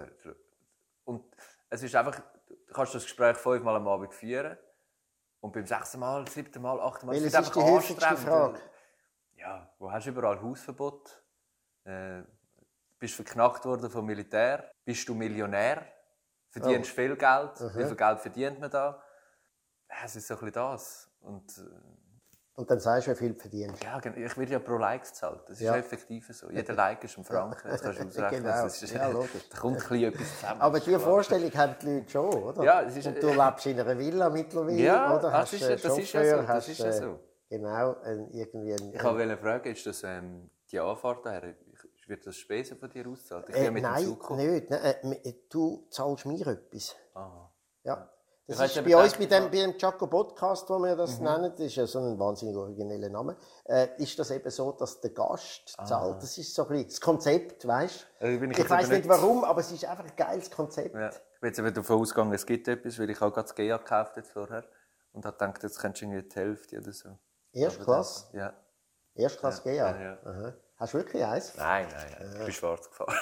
Speaker 3: Und es ist einfach, du kannst das Gespräch fünfmal am Abend führen und beim sechsten Mal, siebten Mal, achten Mal,
Speaker 2: Welches
Speaker 3: es wird
Speaker 2: ist die
Speaker 3: einfach
Speaker 2: häufigste
Speaker 3: anstrengend.
Speaker 2: Frage?
Speaker 3: Ja, wo hast du überall Hausverbot? Äh, bist du verknackt worden vom Militär? Bist du Millionär? Verdienst du
Speaker 2: Oh.
Speaker 3: viel Geld?
Speaker 2: Mhm.
Speaker 3: Wie viel Geld verdient man da? Ja, es ist so ein bisschen das. Und, äh,
Speaker 2: Und dann sagst du, wie viel verdienst.
Speaker 3: ja, ich werde ja pro Likes gezahlt. Das ist
Speaker 2: Ja.
Speaker 3: effektiv so. Jeder Like ist ein Franken. Jetzt kannst du ausrechnen.
Speaker 2: Genau.
Speaker 3: Das ist,
Speaker 2: Ja, logisch.
Speaker 3: da kommt ein bisschen etwas zusammen.
Speaker 2: Aber
Speaker 3: Das ist
Speaker 2: diese
Speaker 3: klar.
Speaker 2: Vorstellung haben die Leute schon, oder?
Speaker 3: Ja, es ist-
Speaker 2: und du lebst in einer Villa mittlerweile,
Speaker 3: Ja,
Speaker 2: oder?
Speaker 3: das
Speaker 2: Hast
Speaker 3: ist-
Speaker 2: einen
Speaker 3: das ist ja
Speaker 2: Chauffeur,
Speaker 3: so, das
Speaker 2: hast,
Speaker 3: ist ja
Speaker 2: äh,
Speaker 3: so.
Speaker 2: Genau, ein, irgendwie ein...
Speaker 3: Ich wollte fragen, ist das ähm, die Anfahrt daher? Wird das Spesen von dir ausgezahlt? Ich bin
Speaker 2: äh,
Speaker 3: ja mit dem
Speaker 2: nein,
Speaker 3: Zug gekommen.
Speaker 2: nicht. Nein, äh, äh, du zahlst mir etwas.
Speaker 3: Aha.
Speaker 2: Ja. Das
Speaker 3: Ich weiss
Speaker 2: ist
Speaker 3: eben
Speaker 2: bei uns,
Speaker 3: gedacht,
Speaker 2: bei dem, bei dem Jaco Podcast, wo wir das
Speaker 3: Mhm.
Speaker 2: nennen, das ist ja so ein wahnsinnig origineller Name, äh, ist das eben so, dass der Gast zahlt. Das ist so ein bisschen das Konzept, weißt du?
Speaker 3: Also bin ich
Speaker 2: ich
Speaker 3: jetzt
Speaker 2: weiss
Speaker 3: aber
Speaker 2: nicht
Speaker 3: nicht-
Speaker 2: warum, aber es ist einfach ein geiles Konzept.
Speaker 3: Ja. Ich bin jetzt eben davon ausgegangen, es gibt etwas, weil ich auch gerade das G A gekauft jetzt vorher und habe gedacht, jetzt kennst du irgendwie die Hälfte oder so.
Speaker 2: Erstklasse?
Speaker 3: Aber das- Ja.
Speaker 2: Erstklasse
Speaker 3: Ja,
Speaker 2: G A?
Speaker 3: ja, ja.
Speaker 2: Aha. Hast du wirklich eins?
Speaker 3: Nein, nein, nein. Ich bin schwarz gefahren.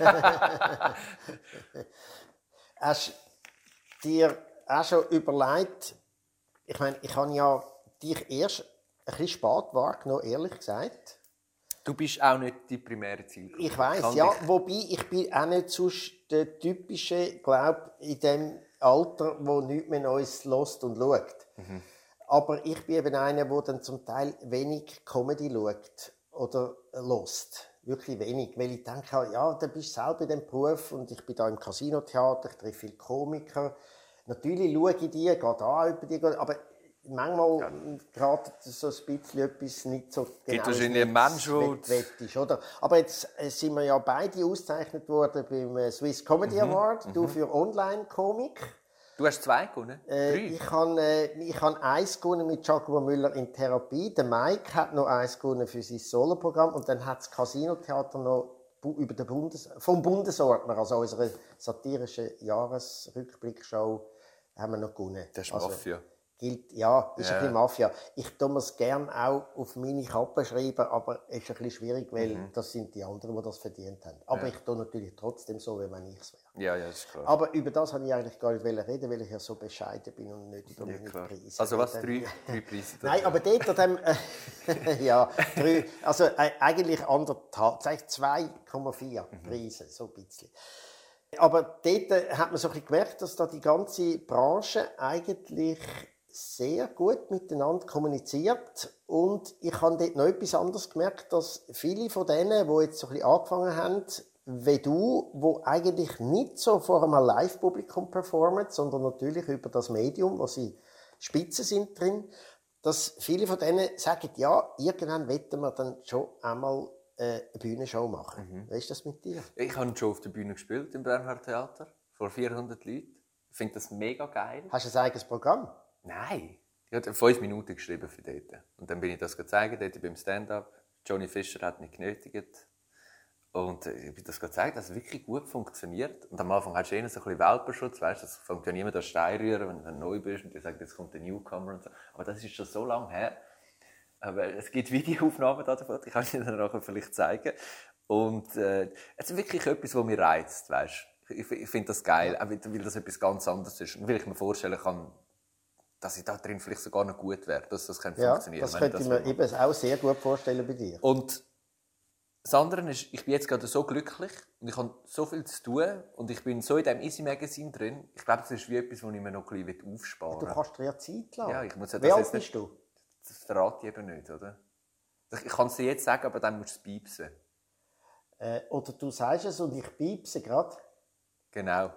Speaker 2: Hast du dir auch schon überlegt, ich meine, ich habe ja dich erst ein bisschen spät wahrgenommen, ehrlich gesagt.
Speaker 3: Du bist auch nicht die primäre Zielgruppe.
Speaker 2: Ich weiss,
Speaker 3: Kann
Speaker 2: ja,
Speaker 3: dich-
Speaker 2: wobei ich bin auch nicht sonst der typische, glaube in dem Alter, wo nichts mehr Neues hört und schaut.
Speaker 3: Mhm.
Speaker 2: Aber ich bin eben einer, der dann zum Teil wenig Comedy schaut oder hört. Wirklich wenig, weil ich denke, ja, du bist selber in diesem Beruf und ich bin da im Casinotheater, ich treffe viele Komiker. Natürlich schaue ich die, gehe da über die, aber manchmal gerät so ein bisschen etwas nicht so genau
Speaker 3: wahrscheinlich einen Menschen,
Speaker 2: wett- wettisch, oder? Aber jetzt äh, sind wir ja beide ausgezeichnet worden beim äh, Swiss Comedy
Speaker 3: Mhm,
Speaker 2: Award, du für Online-Komik.
Speaker 3: Du hast zwei gewonnen?
Speaker 2: Äh,
Speaker 3: Drei?
Speaker 2: ich habe äh, ich han eins gewonnen mit Giacomo Müller in Therapie. Der Mike hat noch eins gewonnen für sein Soloprogramm. Und dann hat das Casinotheater noch bu- über den Bundes vom Bundesordner, also unserer satirischen Jahresrückblickshow, haben wir noch gewonnen.
Speaker 3: Das ist
Speaker 2: also,
Speaker 3: Mafia.
Speaker 2: Gilt, ja, ist
Speaker 3: Ja.
Speaker 2: ein bisschen Mafia. Ich tue es gerne auch auf meine Kappe schreiben, aber es ist ein bisschen schwierig, weil
Speaker 3: Mhm.
Speaker 2: das sind die anderen, die das verdient haben. Aber
Speaker 3: Ja.
Speaker 2: ich tue natürlich trotzdem so, wie wenn ich es wäre.
Speaker 3: Ja, ja, das ist klar.
Speaker 2: Aber über das wollte ich eigentlich gar nicht reden, weil ich ja so bescheiden bin und nicht über
Speaker 3: Ja,
Speaker 2: meine
Speaker 3: klar.
Speaker 2: Preise.
Speaker 3: Also was,
Speaker 2: rede.
Speaker 3: drei, drei Preise?
Speaker 2: Nein, aber dort an dem, äh, ja, drei, also äh, eigentlich anderthalb, sag ich zwei Komma vier
Speaker 3: Mhm.
Speaker 2: Preise, so ein bisschen. Aber dort äh, hat man so ein bisschen gemerkt, dass da die ganze Branche eigentlich sehr gut miteinander kommuniziert und ich habe dort noch etwas anderes gemerkt, dass viele von denen, die jetzt so ein bisschen angefangen haben, wie du, wo eigentlich nicht so vor einem Live-Publikum performen, sondern natürlich über das Medium, wo sie Spitzen sind drin, dass viele von denen sagen, ja, irgendwann wollen wir dann schon einmal eine Bühnenshow machen. Mhm. Wie ist das mit dir?
Speaker 3: Ich habe schon auf der Bühne gespielt im Bernhard Theater vor vierhundert Leuten. Ich finde das mega geil.
Speaker 2: Hast du ein eigenes Programm?
Speaker 3: Nein. Ich habe fünf Minuten geschrieben für dort. Und dann bin ich das gezeigt, dort beim Stand-up. Johnny Fischer hat mich genötigt. Und ich habe das gezeigt, dass es wirklich gut funktioniert. Und am Anfang hast du eher so ein bisschen Welpenschutz, weißt du, es fängt ja niemand an Stein rühren, wenn du neu bist und die sagt, jetzt kommt der Newcomer und so. Aber das ist schon so lange her. Aber es gibt Videoaufnahmen davon, die kann ich dir dann nachher vielleicht zeigen. Und äh, es ist wirklich etwas, was mich reizt, weißt du. Ich, ich finde das geil, auch weil das etwas ganz anderes ist. Und weil ich mir vorstellen kann, dass ich da drin vielleicht sogar noch gut wäre, dass das kann
Speaker 2: ja,
Speaker 3: funktionieren.
Speaker 2: Das könnte ich mir eben auch sehr gut vorstellen bei dir.
Speaker 3: Und das andere ist, ich bin jetzt gerade so glücklich und ich habe so viel zu tun und ich bin so in diesem Easy Magazine drin. Ich glaube, das ist wie etwas, was ich mir noch ein bisschen aufsparen will.
Speaker 2: Du kannst dir ja Zeit lassen.
Speaker 3: Ja, ich muss ja
Speaker 2: Wie alt bist du?
Speaker 3: Das verrate ich eben nicht, oder? Ich kann es dir jetzt sagen, aber dann musst du es piepsen.
Speaker 2: Äh, oder du sagst es und ich piepse gerade.
Speaker 3: Genau.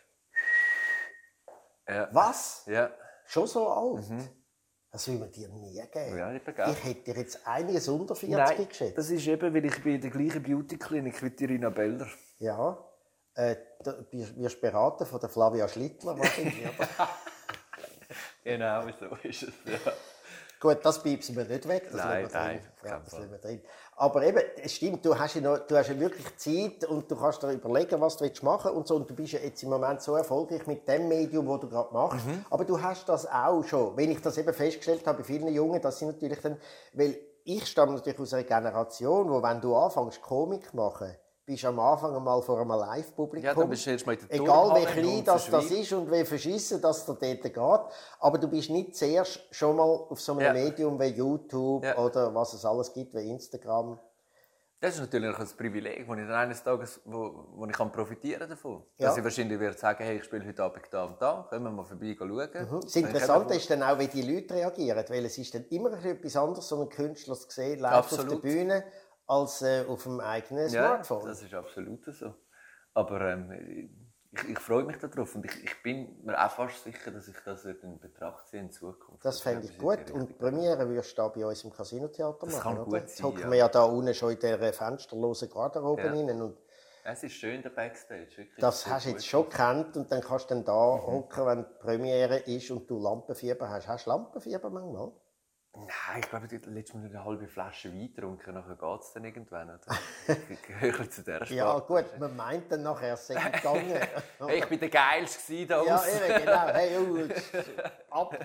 Speaker 3: Ja.
Speaker 2: Was?
Speaker 3: Ja.
Speaker 2: Schon so alt?
Speaker 3: Mhm.
Speaker 2: Das will man dir nie geben.
Speaker 3: Ja, ich,
Speaker 2: ich hätte dir jetzt einiges unter vierzig
Speaker 3: Nein,
Speaker 2: geschätzt.
Speaker 3: Das ist eben, weil ich bin in der gleichen Beauty-Klinik wie Irina Beller.
Speaker 2: Ja. Äh, du wirst beraten von der Flavia Schlittler wahrscheinlich, oder?
Speaker 3: Genau, so ist es, ja.
Speaker 2: Gut, das piepsen wir nicht weg. Das
Speaker 3: nein,
Speaker 2: nein,
Speaker 3: ja,
Speaker 2: das wir drin. Aber eben, es stimmt, du hast, ja noch, du hast ja wirklich Zeit und du kannst dir überlegen, was du machen willst und so. Und du bist ja jetzt im Moment so erfolgreich mit dem Medium, das du gerade machst. Mhm. Aber du hast das auch schon. Wenn ich das eben festgestellt habe bei vielen Jungen, das sind natürlich dann, weil ich stamme natürlich aus einer Generation, wo, wenn du anfängst, Komik zu machen, bist du am Anfang einmal vor einem Live-Publikum.
Speaker 3: Ja, dann bist du erst mal in der
Speaker 2: Egal wie klein das, das ist und wie verschissen das da dort geht. Aber du bist nicht zuerst schon mal auf so einem ja. Medium wie YouTube ja. oder was es alles gibt, wie Instagram.
Speaker 3: Das ist natürlich ein Privileg, wo ich dann eines Tages wo, wo ich kann profitieren davon.
Speaker 2: Ja.
Speaker 3: Dass ich wahrscheinlich werde sagen, hey, ich spiele heute Abend da und da, können wir mal vorbei schauen.
Speaker 2: Mhm. Das Interessante ist dann auch, wie die Leute reagieren, weil es ist dann immer etwas anderes, so einen Künstler zu sehen, live Absolut. auf der Bühne, als äh, auf dem eigenen Smartphone.
Speaker 3: Ja, das ist absolut so. Aber ähm, ich, ich freue mich darauf und ich, ich bin mir auch fast sicher, dass ich das in Betracht ziehe in Zukunft.
Speaker 2: Das fände ich gut. Und die Premiere würdest du da bei uns im Casino-Theater machen,
Speaker 3: das kann
Speaker 2: oder?
Speaker 3: Gut
Speaker 2: Jetzt
Speaker 3: sein,
Speaker 2: hocken
Speaker 3: ja.
Speaker 2: wir ja da unten schon in dieser fensterlosen Garderobe
Speaker 3: ja.
Speaker 2: rein. Und
Speaker 3: es ist schön, der Backstage. Wirklich
Speaker 2: das hast du jetzt schon gekannt und dann kannst du dann da mhm. hocken, wenn die Premiere ist und du Lampenfieber hast. Hast du Lampenfieber manchmal?
Speaker 3: Nein, ich glaube, letztes Mal eine halbe Flasche Wein getrunken, nachher geht es dann irgendwann. Ich gehöre zu dieser Sparte.
Speaker 2: Ja gut, man meint dann nachher, es sei gegangen.
Speaker 3: Hey, ich war der Geilste da
Speaker 2: Ja, eben, genau. Hey, oh, ab.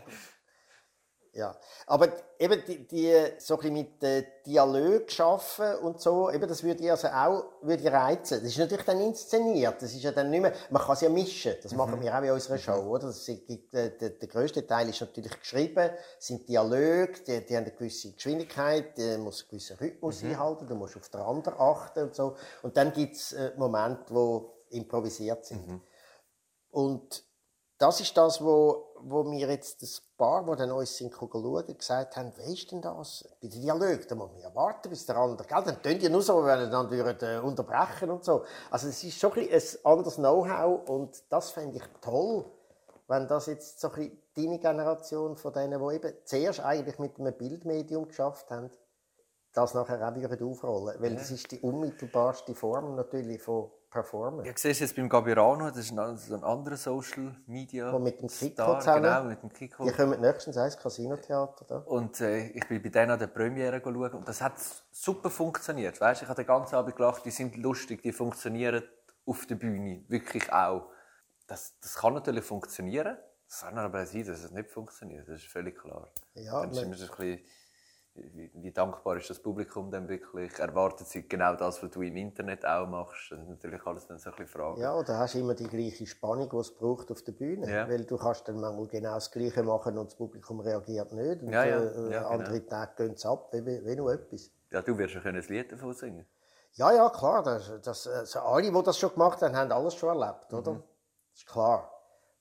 Speaker 2: Ja, aber eben die, die so ein bisschen mit äh, Dialog arbeiten und so, eben das würde ich also auch würde ich reizen. Das ist natürlich dann inszeniert, das ist ja dann nicht mehr, man kann es ja mischen, das mhm. machen wir auch in unserer Show, oder? Das gibt, äh, der, der grösste Teil ist natürlich geschrieben, sind Dialoge, die, die haben eine gewisse Geschwindigkeit, die muss einen gewissen Rhythmus mhm. einhalten, du musst auf den anderen achten und so. Und dann gibt es äh, Momente, die improvisiert sind. Mhm. Und das ist das, wo, wo wir jetzt das Paar, die dann uns sind schauen, gesagt haben, wie ist denn das? Bei den Dialogen, da muss man ja warten, bis der andere, gell? Dann tun die nur so, wenn sie dann würden, äh, unterbrechen und so. Also es ist schon ein, ein anderes Know-how und das fände ich toll, wenn das jetzt so ein bisschen deine Generation von denen, die eben zuerst eigentlich mit einem Bildmedium geschafft haben, das nachher auch wieder aufrollen. Weil ja. das ist die unmittelbarste Form natürlich von Performance.
Speaker 3: Ja, siehst du jetzt beim Gabirano, das ist ein, ein anderer Social Media.
Speaker 2: Wo mit dem Kiko zusammen.
Speaker 3: Genau, mit dem Kiko.
Speaker 2: Die kommen nächstens ins Casino-Theater. Da.
Speaker 3: Und äh, ich bin bei denen an der Premiere schauen und das hat super funktioniert. Weißt, ich habe den ganzen Abend gelacht, die sind lustig, die funktionieren auf der Bühne, wirklich auch. Das, das kann natürlich funktionieren, es kann aber sein, dass es nicht funktioniert, das ist völlig klar.
Speaker 2: Ja,
Speaker 3: dann ist immer so ein bisschen, Wie, wie dankbar ist das Publikum denn wirklich? Erwartet sie genau das, was du im Internet auch machst? Das ist natürlich alles dann so ein bisschen Fragen.
Speaker 2: Ja, oder hast du immer die gleiche Spannung, die es braucht auf der Bühne?
Speaker 3: Ja.
Speaker 2: Weil du kannst dann manchmal genau das Gleiche machen und das Publikum reagiert nicht. Und
Speaker 3: ja, ja.
Speaker 2: Äh,
Speaker 3: ja,
Speaker 2: andere
Speaker 3: genau.
Speaker 2: Tage gehen es ab, wie, wie noch etwas.
Speaker 3: Ja, du wirst ja ein Lied davon singen.
Speaker 2: Ja, ja, klar. Das, das, also alle, die das schon gemacht haben, haben alles schon erlebt, oder?
Speaker 3: Mhm.
Speaker 2: Das ist klar.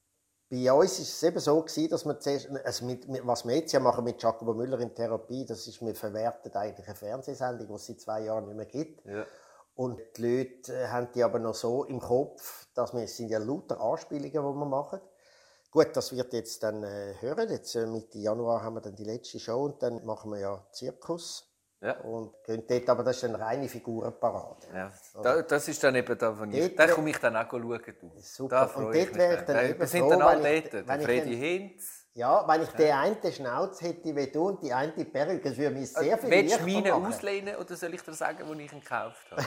Speaker 2: Bei uns war es eben so, dass wir zuerst, also mit, mit, was wir jetzt ja machen mit Giacomo Müller in Therapie, das ist, wir verwerten eigentlich eine Fernsehsendung, die es seit zwei Jahren nicht mehr gibt.
Speaker 3: Ja.
Speaker 2: Und die Leute haben die aber noch so im Kopf, dass wir, es sind ja lauter Anspielungen, die wir machen. Gut, das wird jetzt dann äh, hören. Jetzt äh, Mitte Januar haben wir dann die letzte Show und dann machen wir ja Zirkus.
Speaker 3: Ja.
Speaker 2: Und gehen dort, aber das ist eine reine Figurenparade.
Speaker 3: Ja. Da, das ist dann eben da, von ich,
Speaker 2: Dort
Speaker 3: da komme ich dann auch schauen. Du.
Speaker 2: Super.
Speaker 3: Da
Speaker 2: Und
Speaker 3: freue
Speaker 2: dort
Speaker 3: ich mich
Speaker 2: wäre ich dann
Speaker 3: dann.
Speaker 2: eben
Speaker 3: Wir sind
Speaker 2: froh,
Speaker 3: dann alle
Speaker 2: wenn ich-
Speaker 3: dort.
Speaker 2: wenn
Speaker 3: Der
Speaker 2: ich
Speaker 3: Freddy
Speaker 2: dann-
Speaker 3: Hinz.
Speaker 2: Ja, wenn ich den einen Schnauz hätte wie du und die eine Perücke, das würde mich sehr viel
Speaker 3: Willst
Speaker 2: leichter
Speaker 3: du meine
Speaker 2: machen.
Speaker 3: auslehnen oder soll ich dir sagen, wo ich ihn gekauft habe?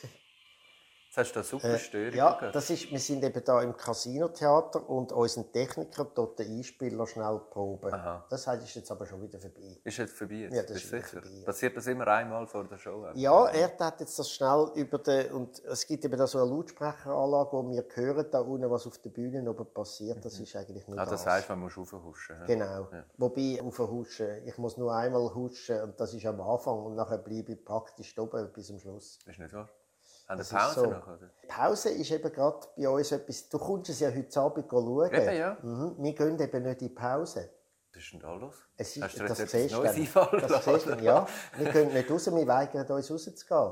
Speaker 3: Jetzt hast du da super Störung.
Speaker 2: Ja,
Speaker 3: gehört.
Speaker 2: das ist, wir sind eben da im Casino-Theater und unseren Techniker dort den Einspieler schnell proben.
Speaker 3: Aha.
Speaker 2: Das heißt, ist jetzt aber schon wieder vorbei.
Speaker 3: Ist jetzt vorbei? Jetzt?
Speaker 2: Ja, das
Speaker 3: Bist
Speaker 2: ist
Speaker 3: du
Speaker 2: wieder
Speaker 3: sicher?
Speaker 2: vorbei.
Speaker 3: Passiert das immer einmal vor der Show?
Speaker 2: Ja, er hat jetzt das schnell über den, und es gibt eben da so eine Lautsprecheranlage, wo wir hören da unten, was auf der Bühne oben passiert. Das ist eigentlich nur
Speaker 3: Ah, das
Speaker 2: das.
Speaker 3: heisst, man muss raufhuschen. Ja?
Speaker 2: Genau.
Speaker 3: Ja.
Speaker 2: Wobei, auf Huschen, ich muss nur einmal huschen und das ist am Anfang und nachher bleibe ich praktisch oben bis zum Schluss.
Speaker 3: Ist nicht wahr? Haben
Speaker 2: Das
Speaker 3: wir Pause
Speaker 2: ist so.
Speaker 3: noch? Oder?
Speaker 2: Pause ist eben gerade bei uns etwas, du kommst es ja heute Abend schauen.
Speaker 3: Eben, ja.
Speaker 2: Mhm. Wir gehen eben nicht in die Pause.
Speaker 3: Was ist denn da los?
Speaker 2: Es ist,
Speaker 3: Hast du dir
Speaker 2: das
Speaker 3: jetzt
Speaker 2: siehst
Speaker 3: etwas
Speaker 2: du
Speaker 3: Neues
Speaker 2: dann.
Speaker 3: einfallen
Speaker 2: Das
Speaker 3: lassen?
Speaker 2: siehst du dann, ja. Wir gehen nicht raus, wir weigern uns rauszugehen.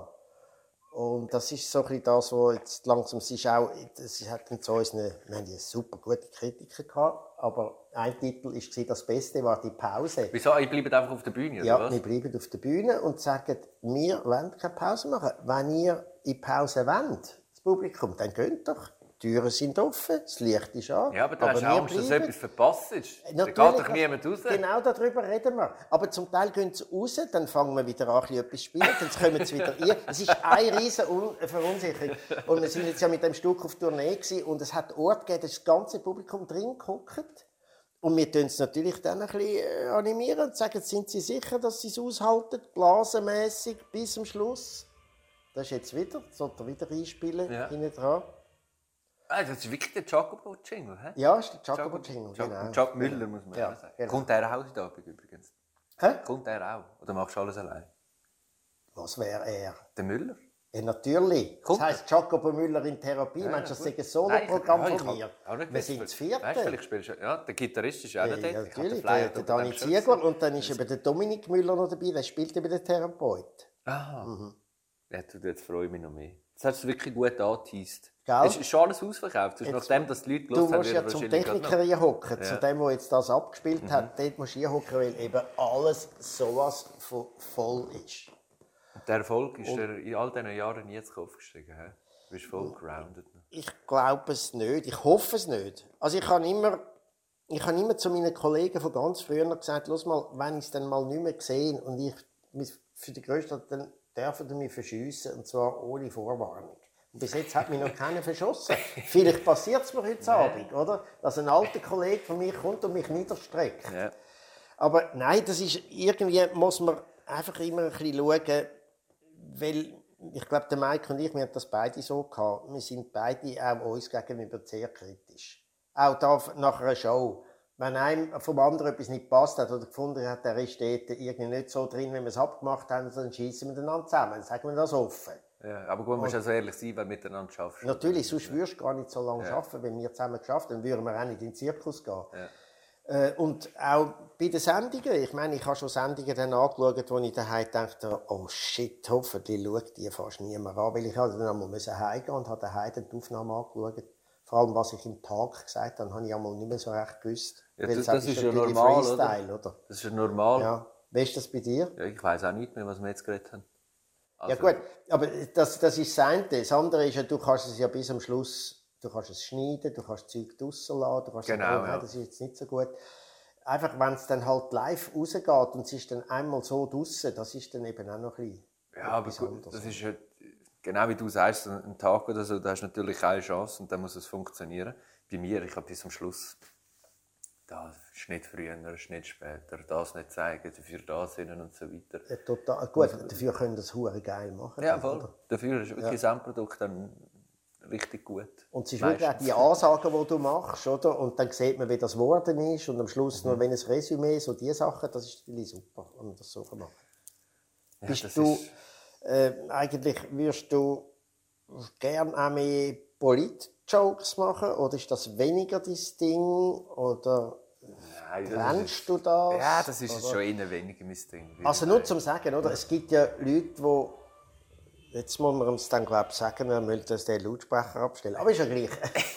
Speaker 2: Und das ist so ein bisschen das, was jetzt langsam, es ist auch, es hat zu uns eine, wir haben ja super gute Kritiker gehabt, aber ein Titel war, das Beste war die Pause.
Speaker 3: Wieso? Ich bleibe einfach auf der Bühne, oder
Speaker 2: Ja,
Speaker 3: was?
Speaker 2: wir bleiben auf der Bühne und sagen, wir wollen keine Pause machen. Wenn ihr in die Pause wollt, das Publikum, dann geht doch. Die Türen sind offen, das Licht ist an.
Speaker 3: Ja, aber du hast
Speaker 2: wir
Speaker 3: Angst, dass
Speaker 2: bleiben.
Speaker 3: etwas verpasst ist. Da
Speaker 2: Natürlich,
Speaker 3: geht doch niemand raus.
Speaker 2: Genau darüber reden wir. Aber zum Teil gehen sie raus, dann fangen wir wieder an, etwas zu spielen, dann kommen sie wieder rein. Es ist eine riesige Un- Verunsicherung. Und wir sind jetzt ja mit dem Stück auf Tournee gewesen, und es hat Orte gegeben, da ist das ganze Publikum drin geguckt. Und wir tun es natürlich dann ein bisschen animieren und sagen, sind Sie sicher, dass Sie es aushalten, blasenmässig bis zum Schluss? Das ist jetzt wieder, das sollte er wieder einspielen,
Speaker 3: Ja.
Speaker 2: hinten dran.
Speaker 3: Ah, das ist wirklich der Jacobo-Jingle, hä?
Speaker 2: Ja, ist der Jacobo-Jingle,
Speaker 3: Jacob-
Speaker 2: genau.
Speaker 3: Jacob Müller, muss man
Speaker 2: Ja,
Speaker 3: ja sagen.
Speaker 2: genau.
Speaker 3: Kommt er auch heute Abend übrigens?
Speaker 2: Hä?
Speaker 3: Kommt er auch? Oder machst du alles allein?
Speaker 2: Was wäre er?
Speaker 3: Der Müller?
Speaker 2: Ja, natürlich.
Speaker 3: Kommt
Speaker 2: das heisst Jacobo Müller in Therapie.
Speaker 3: Ja,
Speaker 2: Meinst du, das
Speaker 3: gut.
Speaker 2: ist ein Soloprogramm
Speaker 3: Nein, ich-
Speaker 2: von
Speaker 3: ja,
Speaker 2: mir?
Speaker 3: ich hab auch nicht
Speaker 2: Wir
Speaker 3: gewusst,
Speaker 2: sind das
Speaker 3: vielleicht-
Speaker 2: vierte.
Speaker 3: Weißt, vielleicht spielst du, ja, der Gitarrist ist auch
Speaker 2: Ja,
Speaker 3: noch dort.
Speaker 2: ja,
Speaker 3: Ich hab den
Speaker 2: natürlich.
Speaker 3: Flyer
Speaker 2: Der, der
Speaker 3: da
Speaker 2: Dani
Speaker 3: schon
Speaker 2: Ziegler
Speaker 3: gesehen.
Speaker 2: und dann ist eben der Dominik Müller noch dabei. Der spielt eben den Therapeut.
Speaker 3: Aha.
Speaker 2: Mhm.
Speaker 3: Ja, du, jetzt freue ich mich noch mehr. Das hast du wirklich gut angeteased.
Speaker 2: Gell?
Speaker 3: Es ist schon alles ausverkauft. Das ist
Speaker 2: Jetzt-
Speaker 3: nachdem, dass die Leute
Speaker 2: Du
Speaker 3: gehört haben,
Speaker 2: musst ja
Speaker 3: wird
Speaker 2: zum
Speaker 3: wahrscheinlich
Speaker 2: Techniker
Speaker 3: gerade
Speaker 2: reinhocken,
Speaker 3: Ja.
Speaker 2: zu dem, der jetzt das abgespielt hat. Dort musst du reinhocken, weil eben alles sowas von voll ist.
Speaker 3: noch. Der Erfolg ist dir in all diesen Jahren nie zu Kopf gestiegen. He? Du bist voll grounded.
Speaker 2: Ich glaube es nicht. Ich hoffe es nicht. Also ich habe immer, ich habe immer zu meinen Kollegen von ganz früher gesagt, los mal, wenn ich es dann mal nicht mehr gesehen und ich mich für die Größte, dann dürfen die mich verschiessen, und zwar ohne Vorwarnung. Und bis jetzt hat mich noch keiner verschossen. Vielleicht passiert es mir heute Abend, oder? Dass ein alter Kollege von mir kommt und mich niederstreckt.
Speaker 3: Ja.
Speaker 2: Aber nein, das ist, irgendwie muss man einfach immer ein bisschen schauen, weil ich glaube, der Mike und ich, wir haben das beide so gehabt. Wir sind beide auch uns gegenüber sehr kritisch. Auch da nach einer Show. Wenn einem vom anderen etwas nicht passt hat oder gefunden hat, der ist dort irgendwie nicht so drin, wie wir es abgemacht haben, dann schießen wir miteinander zusammen. Dann sagen wir das offen.
Speaker 3: Ja, aber gut, man muss ja so ehrlich sein, wenn du miteinander schaffst.
Speaker 2: Natürlich, sonst würdest du gar nicht so lange
Speaker 3: Ja.
Speaker 2: arbeiten, wenn wir zusammen geschafft haben, dann würden wir auch nicht in den Zirkus gehen.
Speaker 3: Ja.
Speaker 2: Äh, und auch bei den Sendungen, ich meine, ich habe schon Sendungen dann angeschaut, wo ich daheim dachte, oh shit, hoffentlich schaut die fast niemand an, weil ich halt dann einmal heimgehen und habe daheim dann die Aufnahme angeschaut. Vor allem, was ich im Tag gesagt habe, habe ich einmal nicht mehr so recht gewusst.
Speaker 3: Ja,
Speaker 2: Weil
Speaker 3: das,
Speaker 2: es
Speaker 3: das ist ja
Speaker 2: natürlich
Speaker 3: normal,
Speaker 2: Freestyle,
Speaker 3: oder?
Speaker 2: oder?
Speaker 3: Das ist ja normal. Ja.
Speaker 2: Ja. Wie ist das bei dir?
Speaker 3: Ich weiss auch nicht mehr, was wir jetzt geredet haben.
Speaker 2: Ja
Speaker 3: Also,
Speaker 2: gut, aber das, das ist das eine. Das andere ist ja, du kannst es ja bis am Schluss, du kannst es schneiden, du kannst Zeug draussen lassen, du kannst
Speaker 3: Genau,
Speaker 2: sagen, oh, nein,
Speaker 3: ja.
Speaker 2: das ist jetzt nicht so gut. Einfach, wenn es dann halt live rausgeht und es ist dann einmal so draussen, das ist dann eben auch noch ein bisschen
Speaker 3: Ja, aber
Speaker 2: etwas
Speaker 3: gut,
Speaker 2: anderes.
Speaker 3: das ist ja, genau wie du sagst, so ein Tag oder so, da hast du natürlich keine Chance und dann muss es funktionieren. Bei mir, ich habe bis zum Schluss, das ist nicht früher, das ist nicht später, das nicht zeigen, dafür da sind und so weiter.
Speaker 2: Ja, total. Gut, dafür können das hure geil machen.
Speaker 3: Ja,
Speaker 2: dann,
Speaker 3: voll.
Speaker 2: oder?
Speaker 3: Dafür ist wirklich
Speaker 2: Ja.
Speaker 3: das Endprodukt dann richtig gut.
Speaker 2: Und es ist wirklich auch die Ansagen, die du machst, oder? Und dann sieht man, wie das geworden ist. Und am Schluss
Speaker 3: Mhm.
Speaker 2: noch, wenn ein Resümee, so diese Sachen, das ist natürlich super, wenn man das so machen.
Speaker 3: Ja,
Speaker 2: Bist
Speaker 3: das
Speaker 2: du,
Speaker 3: ist-
Speaker 2: äh, eigentlich würdest du gerne auch mehr Polit Jokes machen oder ist das weniger dein Ding? Oder
Speaker 3: Nein,
Speaker 2: trennst du das?
Speaker 3: Ja, das ist
Speaker 2: oder?
Speaker 3: schon eher weniger mein Ding.
Speaker 2: Also nur zum Sagen, oder? Es gibt ja Leute, die... Jetzt muss man uns dann, glaube ich, sagen, wir müssen uns den Lautsprecher abstellen. Aber ist ja gleich.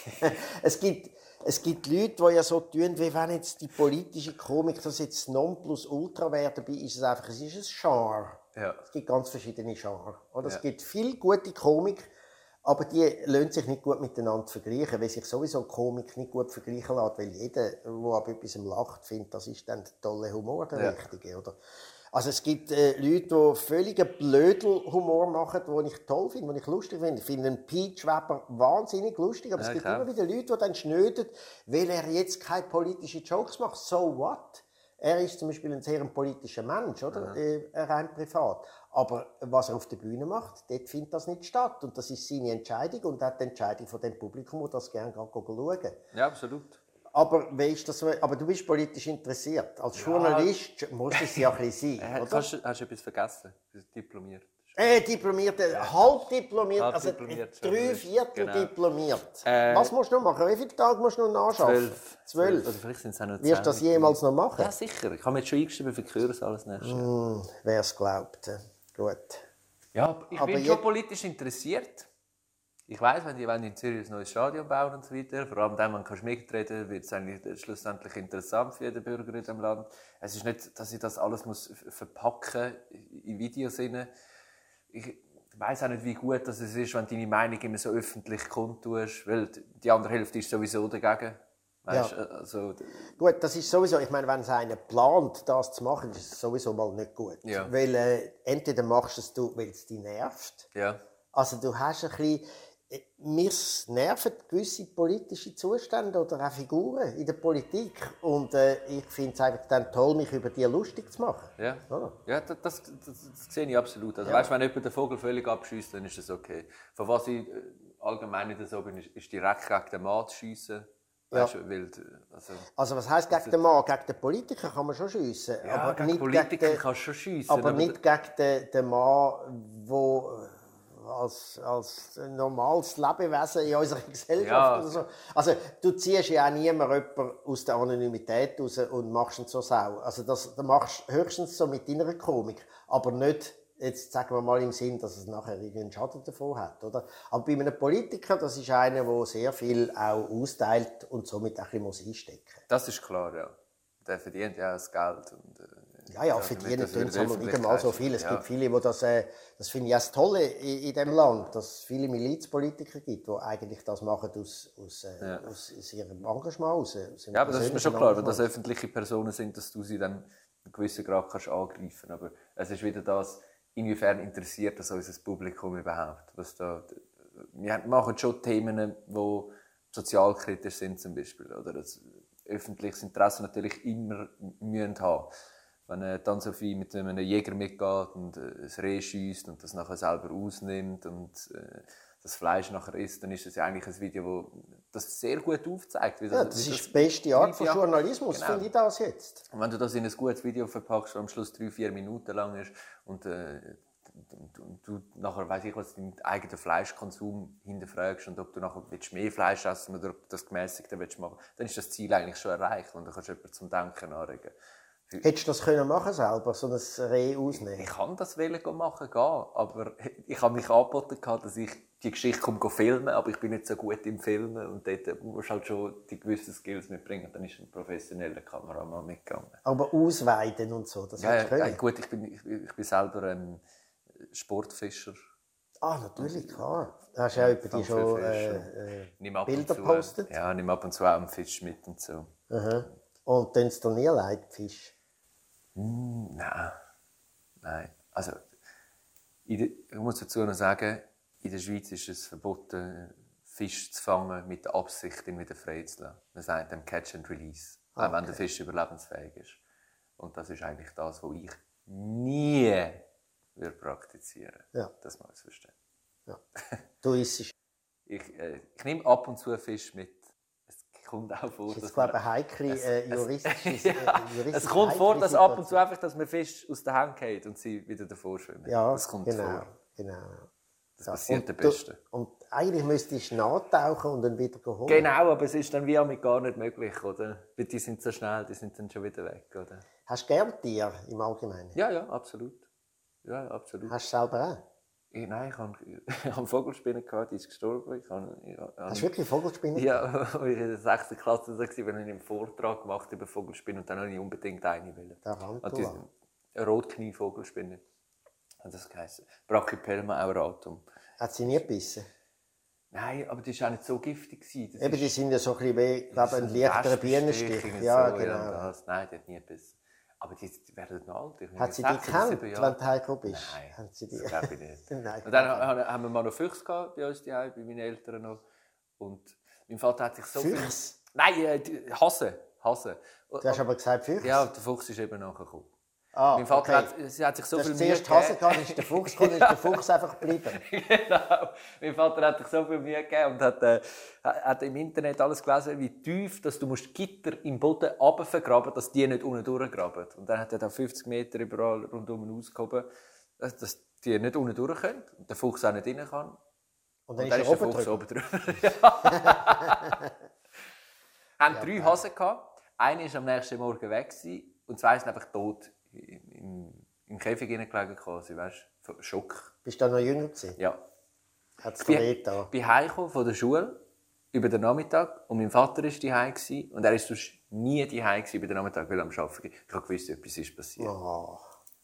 Speaker 2: es, gibt, es gibt Leute, die ja so tun, wie wenn jetzt die politische Komik das jetzt Nonplusultra wäre. Dabei ist es einfach, es ist ein Genre.
Speaker 3: Ja.
Speaker 2: Es gibt ganz verschiedene Genres. Oder?
Speaker 3: Ja.
Speaker 2: Es gibt viel gute Komik, aber die lassen sich nicht gut miteinander vergleichen, weil sich sowieso Komik nicht gut vergleichen lässt, weil jeder, der ab etwas lacht, findet, das ist dann der tolle Humor, der
Speaker 3: Ja.
Speaker 2: richtige. Oder? Also es gibt äh, Leute, die völligen Blödel-Humor machen, den ich toll finde, den ich lustig finde. Ich finde einen Pete Weber wahnsinnig lustig, aber
Speaker 3: Ja,
Speaker 2: es gibt
Speaker 3: klar.
Speaker 2: immer wieder Leute, die dann schnöden, weil er jetzt keine politischen Jokes macht. So what? Er ist zum Beispiel ein sehr politischer Mensch, oder? Äh, rein privat. Aber was er auf der Bühne macht, dort findet das nicht statt. Und das ist seine Entscheidung und auch die Entscheidung von dem Publikum, das das gerne schauen.
Speaker 3: Ja, absolut.
Speaker 2: Aber, wie ist das so? Aber du bist politisch interessiert. Als Journalist musst du es ja ein bisschen sein,
Speaker 3: Äh,
Speaker 2: oder?
Speaker 3: kannst, du- hast du etwas vergessen? Du bist diplomiert.
Speaker 2: Äh, diplomiert, äh, halb diplomiert,
Speaker 3: Halb
Speaker 2: also
Speaker 3: diplomiert,
Speaker 2: drei
Speaker 3: Journalist.
Speaker 2: Viertel
Speaker 3: Genau.
Speaker 2: diplomiert.
Speaker 3: Äh,
Speaker 2: Was musst du noch machen? Wie viele Tage musst du noch nachschaffen?
Speaker 3: Zwölf.
Speaker 2: Zwölf.
Speaker 3: Oder vielleicht sind es auch noch zehn.
Speaker 2: Wirst du das jemals noch machen?
Speaker 3: Ja, sicher. Ich habe mich jetzt schon eingeschrieben für Kurs alles nächstes Jahr.
Speaker 2: Hm, wer es glaubt. äh, Gut.
Speaker 3: Ja, ich
Speaker 2: Aber
Speaker 3: bin
Speaker 2: je-
Speaker 3: schon politisch interessiert. Ich weiss, wenn die, wenn die in Zürich ein neues Stadion bauen und so weiter, vor allem dann, wenn du mitreden, wird es eigentlich schlussendlich interessant für jeden Bürger in diesem Land. Es ist nicht, dass ich das alles muss verpacken in Videosinne. Ich weiss auch nicht, wie gut das ist, wenn du deine Meinung immer so öffentlich kundtust, weil die andere Hälfte ist sowieso dagegen. Weißt,
Speaker 2: Ja.
Speaker 3: also,
Speaker 2: Gut, das ist sowieso, ich meine, wenn es einer plant, das zu machen, ist es sowieso mal nicht gut.
Speaker 3: Ja.
Speaker 2: Weil äh, entweder machst du es, du, weil es dich nervt.
Speaker 3: ja.
Speaker 2: Also du hast ein bisschen, äh, mir nerven gewisse politische Zustände oder auch Figuren in der Politik. Und äh, ich finde es einfach dann toll, mich über die lustig zu machen.
Speaker 3: Ja,
Speaker 2: Oder?
Speaker 3: ja das, das, das, das sehe ich absolut. Also,
Speaker 2: Ja.
Speaker 3: weißt, wenn jemand den Vogel völlig abschießt, dann ist das okay. Von was ich äh, allgemein nicht so bin, ist, ist direkt gegen den Mann zu schiessen. Weißt, du, weil, also,
Speaker 2: Also was heisst gegen den Mann? Gegen den Politiker kann man schon schiessen.
Speaker 3: ja,
Speaker 2: aber
Speaker 3: gegen
Speaker 2: nicht
Speaker 3: Politiker
Speaker 2: gegen den,
Speaker 3: kannst du schon schiessen.
Speaker 2: aber nicht gegen den, den Mann, der als, als normales Lebewesen in unserer Gesellschaft
Speaker 3: Ja.
Speaker 2: oder so. Also du ziehst ja auch niemand jemanden aus der Anonymität raus und machst ihn so sau. Also das, das machst du höchstens so mit deiner Komik, aber nicht, jetzt sagen wir mal im Sinn, dass es nachher irgendeinen Schaden davon hat, oder? Aber bei einem Politiker, das ist einer, der sehr viel auch austeilt und somit auch ein bisschen einstecken muss.
Speaker 3: Das ist klar, ja. Der verdient ja das Geld. Und, äh,
Speaker 2: Ja, ja,
Speaker 3: also
Speaker 2: verdienen
Speaker 3: das
Speaker 2: tun
Speaker 3: wird
Speaker 2: es aber nicht einmal so viel. Es
Speaker 3: ja.
Speaker 2: gibt viele, die das, äh, das finde ich auch das Tolle in, in diesem Land, dass es viele Milizpolitiker gibt, die eigentlich das machen aus, aus, äh,
Speaker 3: Ja.
Speaker 2: aus, aus ihrem Engagement raus. Aus ihrem
Speaker 3: Ja, aber das ist mir schon
Speaker 2: persönlichen
Speaker 3: klar, wenn das
Speaker 2: Engagement.
Speaker 3: öffentliche Personen sind, dass du sie dann einen gewissen Grad kannst angreifen kannst. Aber es ist wieder das, inwiefern interessiert das unser Publikum überhaupt? Was da, wir machen schon Themen, die sozialkritisch sind zum Beispiel. Oder das öffentliches Interesse natürlich immer müssen haben. Wenn äh, dann Sophie mit einem Jäger mitgeht und äh, ein Reh schiesst und das nachher selber ausnimmt und äh, das Fleisch nachher isst, dann ist das ja eigentlich ein Video, das das sehr gut aufzeigt. Wie das,
Speaker 2: Ja, das
Speaker 3: wie
Speaker 2: ist die beste Art von
Speaker 3: Ja,
Speaker 2: Journalismus,
Speaker 3: genau.
Speaker 2: finde ich das jetzt.
Speaker 3: Und wenn du das in ein gutes Video verpackst, das am Schluss drei, vier Minuten lang ist und, äh, und, und du nachher, weiss ich was, deinen eigenen Fleischkonsum hinterfragst und ob du nachher willst mehr Fleisch essen oder ob du das Gemäßigte willst machen, dann ist das Ziel eigentlich schon erreicht und dann kannst du jemanden zum Denken anregen.
Speaker 2: Hättest du das können machen selber, so ein Reh ausnehmen?
Speaker 3: Ich kann das wollen machen, gehen, aber ich habe mich angeboten, dass ich die Geschichte komme filmen, aber ich bin nicht so gut im Filmen und dort musst du halt schon die gewissen Skills mitbringen. Dann ist ein professioneller Kameramann mitgegangen.
Speaker 2: Aber ausweiden und so, das
Speaker 3: Ja,
Speaker 2: hättest du
Speaker 3: ja,
Speaker 2: können.
Speaker 3: gut, ich bin, ich, ich bin selber ähm, Sportfischer.
Speaker 2: Ah, natürlich, klar. Da hast du ja über die schon
Speaker 3: Fisch
Speaker 2: äh,
Speaker 3: und
Speaker 2: äh,
Speaker 3: nimm ab
Speaker 2: Bilder
Speaker 3: und zu,
Speaker 2: gepostet.
Speaker 3: Ja, nimm ab und zu auch einen Fisch mit und so.
Speaker 2: Aha. Und tun es dir nie leid, die Fische?
Speaker 3: Mm, nein. Nein. Also, in der, ich muss dazu noch sagen, in der Schweiz ist es verboten, Fisch zu fangen mit der Absicht, ihn wieder freizulassen. Man sagt dem Catch and Release. Auch wenn der Fisch überlebensfähig ist. Und das ist eigentlich das, was ich nie würde praktizieren.
Speaker 2: Ja.
Speaker 3: Das muss ich verstehen.
Speaker 2: Ja. Du isst es.
Speaker 3: Ich, äh, ich nehme ab und zu Fisch mit. Es kommt auch vor,
Speaker 2: Das ist
Speaker 3: dass
Speaker 2: jetzt, glaube ich,
Speaker 3: man-
Speaker 2: eine heikle äh, juristische
Speaker 3: ja,
Speaker 2: äh, juristische
Speaker 3: es kommt vor,
Speaker 2: heikle
Speaker 3: dass ab und zu
Speaker 2: Situation.
Speaker 3: einfach, dass man Fisch aus der Hand geht und sie wieder davor schwimmen.
Speaker 2: Ja,
Speaker 3: das kommt
Speaker 2: genau,
Speaker 3: vor.
Speaker 2: genau.
Speaker 3: Das passiert
Speaker 2: und
Speaker 3: der Beste.
Speaker 2: Du, und eigentlich müsstest du nachtauchen und dann wieder holen.
Speaker 3: Genau, aber es ist dann wie damit gar nicht möglich, oder? Weil die sind so schnell, die sind dann schon wieder weg, oder?
Speaker 2: Hast du gerne Tiere im Allgemeinen?
Speaker 3: Ja, ja, absolut. Ja, absolut.
Speaker 2: Hast du selber auch?
Speaker 3: Ich, nein, ich habe, ich habe Vogelspinne gehabt, die ist gestorben. Ich habe, ich habe,
Speaker 2: Hast du wirklich Vogelspinne?
Speaker 3: Ja, als ich in der sechsten Klasse war, wenn ich einen Vortrag gemacht über Vogelspinnen und dann wollte ich unbedingt eine wollen.
Speaker 2: Tarantula.
Speaker 3: Eine Rotknie-Vogelspinne hat das geheißen. Brachypelma auratum.
Speaker 2: Hat sie nie gebissen?
Speaker 3: Nein, aber die war auch nicht so giftig. Das
Speaker 2: Eben,
Speaker 3: ist,
Speaker 2: die sind ja so ein bisschen wie, glaube ein leichterer Bienenstich.
Speaker 3: Ja,
Speaker 2: so,
Speaker 3: genau. Das. Nein, die hat nie gebissen. Aber die, die werden noch alt. Ich
Speaker 2: hat sie dich gekannt, wenn du heimgekommen bist?
Speaker 3: Nein,
Speaker 2: haben sie die...
Speaker 3: das glaube ich nicht.
Speaker 2: Nein,
Speaker 3: und dann haben wir mal noch Füchse gehabt, bei uns daheim, bei meinen Eltern noch. Und mein Vater hat sich so
Speaker 2: Füchse?
Speaker 3: viel... Nein, äh, Hasen. Hasen.
Speaker 2: Du hast aber gesagt Füchse?
Speaker 3: Ja, der Fuchs ist eben nachher gekommen.
Speaker 2: Ah,
Speaker 3: mein Vater
Speaker 2: okay.
Speaker 3: hat, sie hat sich so
Speaker 2: das
Speaker 3: viel Mühe
Speaker 2: gegeben. Hase gehabt, ist der Fuchs gekommen, ist der Fuchs einfach geblieben.
Speaker 3: Genau. Mein Vater hat sich so viel Mühe gegeben und hat, äh, hat im Internet alles gelesen, wie tief, dass du musst Gitter im Boden runtervergraben, dass die nicht unten durchgraben. Und dann hat er da fünfzig Meter überall rundum ausgehoben, dass, dass die nicht unten durch können und der Fuchs auch nicht rein kann.
Speaker 2: Und dann,
Speaker 3: und dann
Speaker 2: ist,
Speaker 3: ist
Speaker 2: er
Speaker 3: der Fuchs
Speaker 2: drüber.
Speaker 3: oben drüber. Wir haben
Speaker 2: Ja,
Speaker 3: drei
Speaker 2: geil.
Speaker 3: Hasen gehabt. Einer war am nächsten Morgen weg gewesen, und zwei sind einfach tot im, im Käfig hineingelegen. Also, weißt, Schock.
Speaker 2: Bist du da noch jünger gewesen?
Speaker 3: Ja.
Speaker 2: Hat es
Speaker 3: Ich bin,
Speaker 2: weh getan?
Speaker 3: bin heimgekommen von der Schule über den Nachmittag und mein Vater war daheim gewesen, und er war sonst nie daheim gewesen über den Nachmittag, weil er am Arbeiten war. Ich habe gewusst, etwas ist passiert.
Speaker 2: Oh.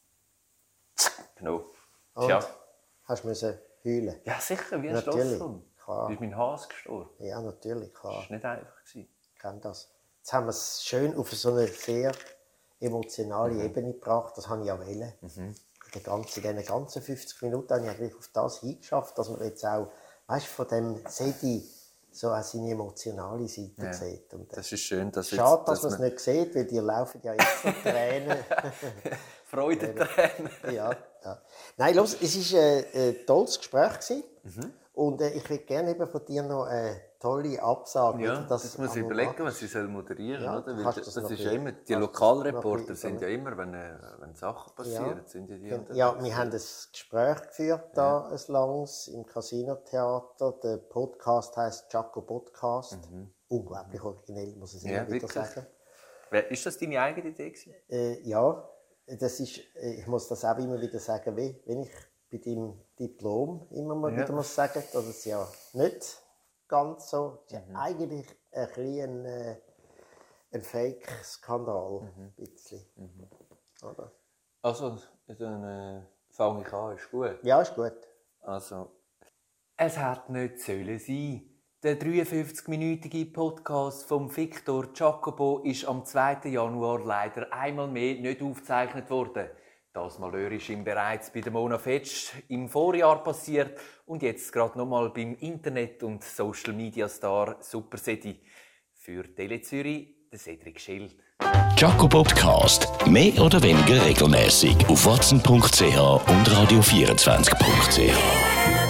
Speaker 3: Genau.
Speaker 2: Und?
Speaker 3: Tja.
Speaker 2: Hast du müssen heulen?
Speaker 3: Ja, sicher, wie ein
Speaker 2: Natürlich,
Speaker 3: Stossum.
Speaker 2: klar.
Speaker 3: Da ist mein Hase gestorben.
Speaker 2: Ja, natürlich, klar.
Speaker 3: Das war nicht einfach.
Speaker 2: Ich kenne das. Jetzt haben wir es schön auf so eine sehr emotionale
Speaker 3: Mhm.
Speaker 2: Ebene gebracht. Das habe ich ja wollen. Mhm. In diesen ganzen fünfzig Minuten habe ich eigentlich auf das hingeschafft, dass man jetzt auch, weißt, von dem Sedi so auch seine emotionale Seite
Speaker 3: Ja,
Speaker 2: sieht. Und, äh,
Speaker 3: das ist schön. Dass
Speaker 2: schade,
Speaker 3: jetzt,
Speaker 2: dass man es nicht sieht, weil dir laufen ja jetzt noch Tränen.
Speaker 3: Freudentränen.
Speaker 2: ja, ja. Nein, los, es war ein, ein tolles Gespräch gewesen.
Speaker 3: Mhm.
Speaker 2: Und äh, ich würde gerne eben von dir noch eine tolle Absage.
Speaker 3: Ja,
Speaker 2: das
Speaker 3: das muss ich überlegen, was sie soll moderieren
Speaker 2: Ja,
Speaker 3: soll. Weil
Speaker 2: kannst
Speaker 3: das,
Speaker 2: das
Speaker 3: das
Speaker 2: noch
Speaker 3: ist
Speaker 2: ein
Speaker 3: ja immer, die
Speaker 2: bisschen-
Speaker 3: Lokalreporter
Speaker 2: kannst du
Speaker 3: sind
Speaker 2: noch
Speaker 3: ja
Speaker 2: ein
Speaker 3: immer, wenn, äh, wenn Sachen passieren,
Speaker 2: Ja.
Speaker 3: sind ja die
Speaker 2: Ja,
Speaker 3: unterwegs.
Speaker 2: wir haben ein Gespräch geführt, da, ein langes, im Casino-Theater. Der Podcast heisst Jaco Podcast. Unglaublich originell, muss ich
Speaker 3: Mhm. Ja,
Speaker 2: immer wieder
Speaker 3: wirklich.
Speaker 2: sagen.
Speaker 3: Wer- Ist das deine eigene Idee gewesen?
Speaker 2: Äh, ja, das ist, äh, ich muss das auch immer wieder sagen, wie, wenn ich bei deinem Diplom immer mal
Speaker 3: Ja.
Speaker 2: wieder muss sagen, dass es ja nicht ganz so, es ist ja eigentlich ein bisschen ein, äh, ein Fake-Skandal, ein bisschen. Oder?
Speaker 3: Also, dann äh, fange ich an, ist gut.
Speaker 2: Ja, ist gut.
Speaker 3: Also, es hätte nicht sollen sein. Der dreiundfünfzig-minütige Podcast von Victor Jacobo ist am zweiten Januar leider einmal mehr nicht aufgezeichnet worden. Das Malheur ist ihm bereits bei der Mona Fetsch im Vorjahr passiert und jetzt gerade nochmal beim Internet- und Social-Media-Star Super Sedi. Für Tele Zürich, der Cedric Schild.
Speaker 1: Jaco Podcast. Mehr oder weniger regelmäßig auf watson punkt c h und radio vierundzwanzig punkt c h.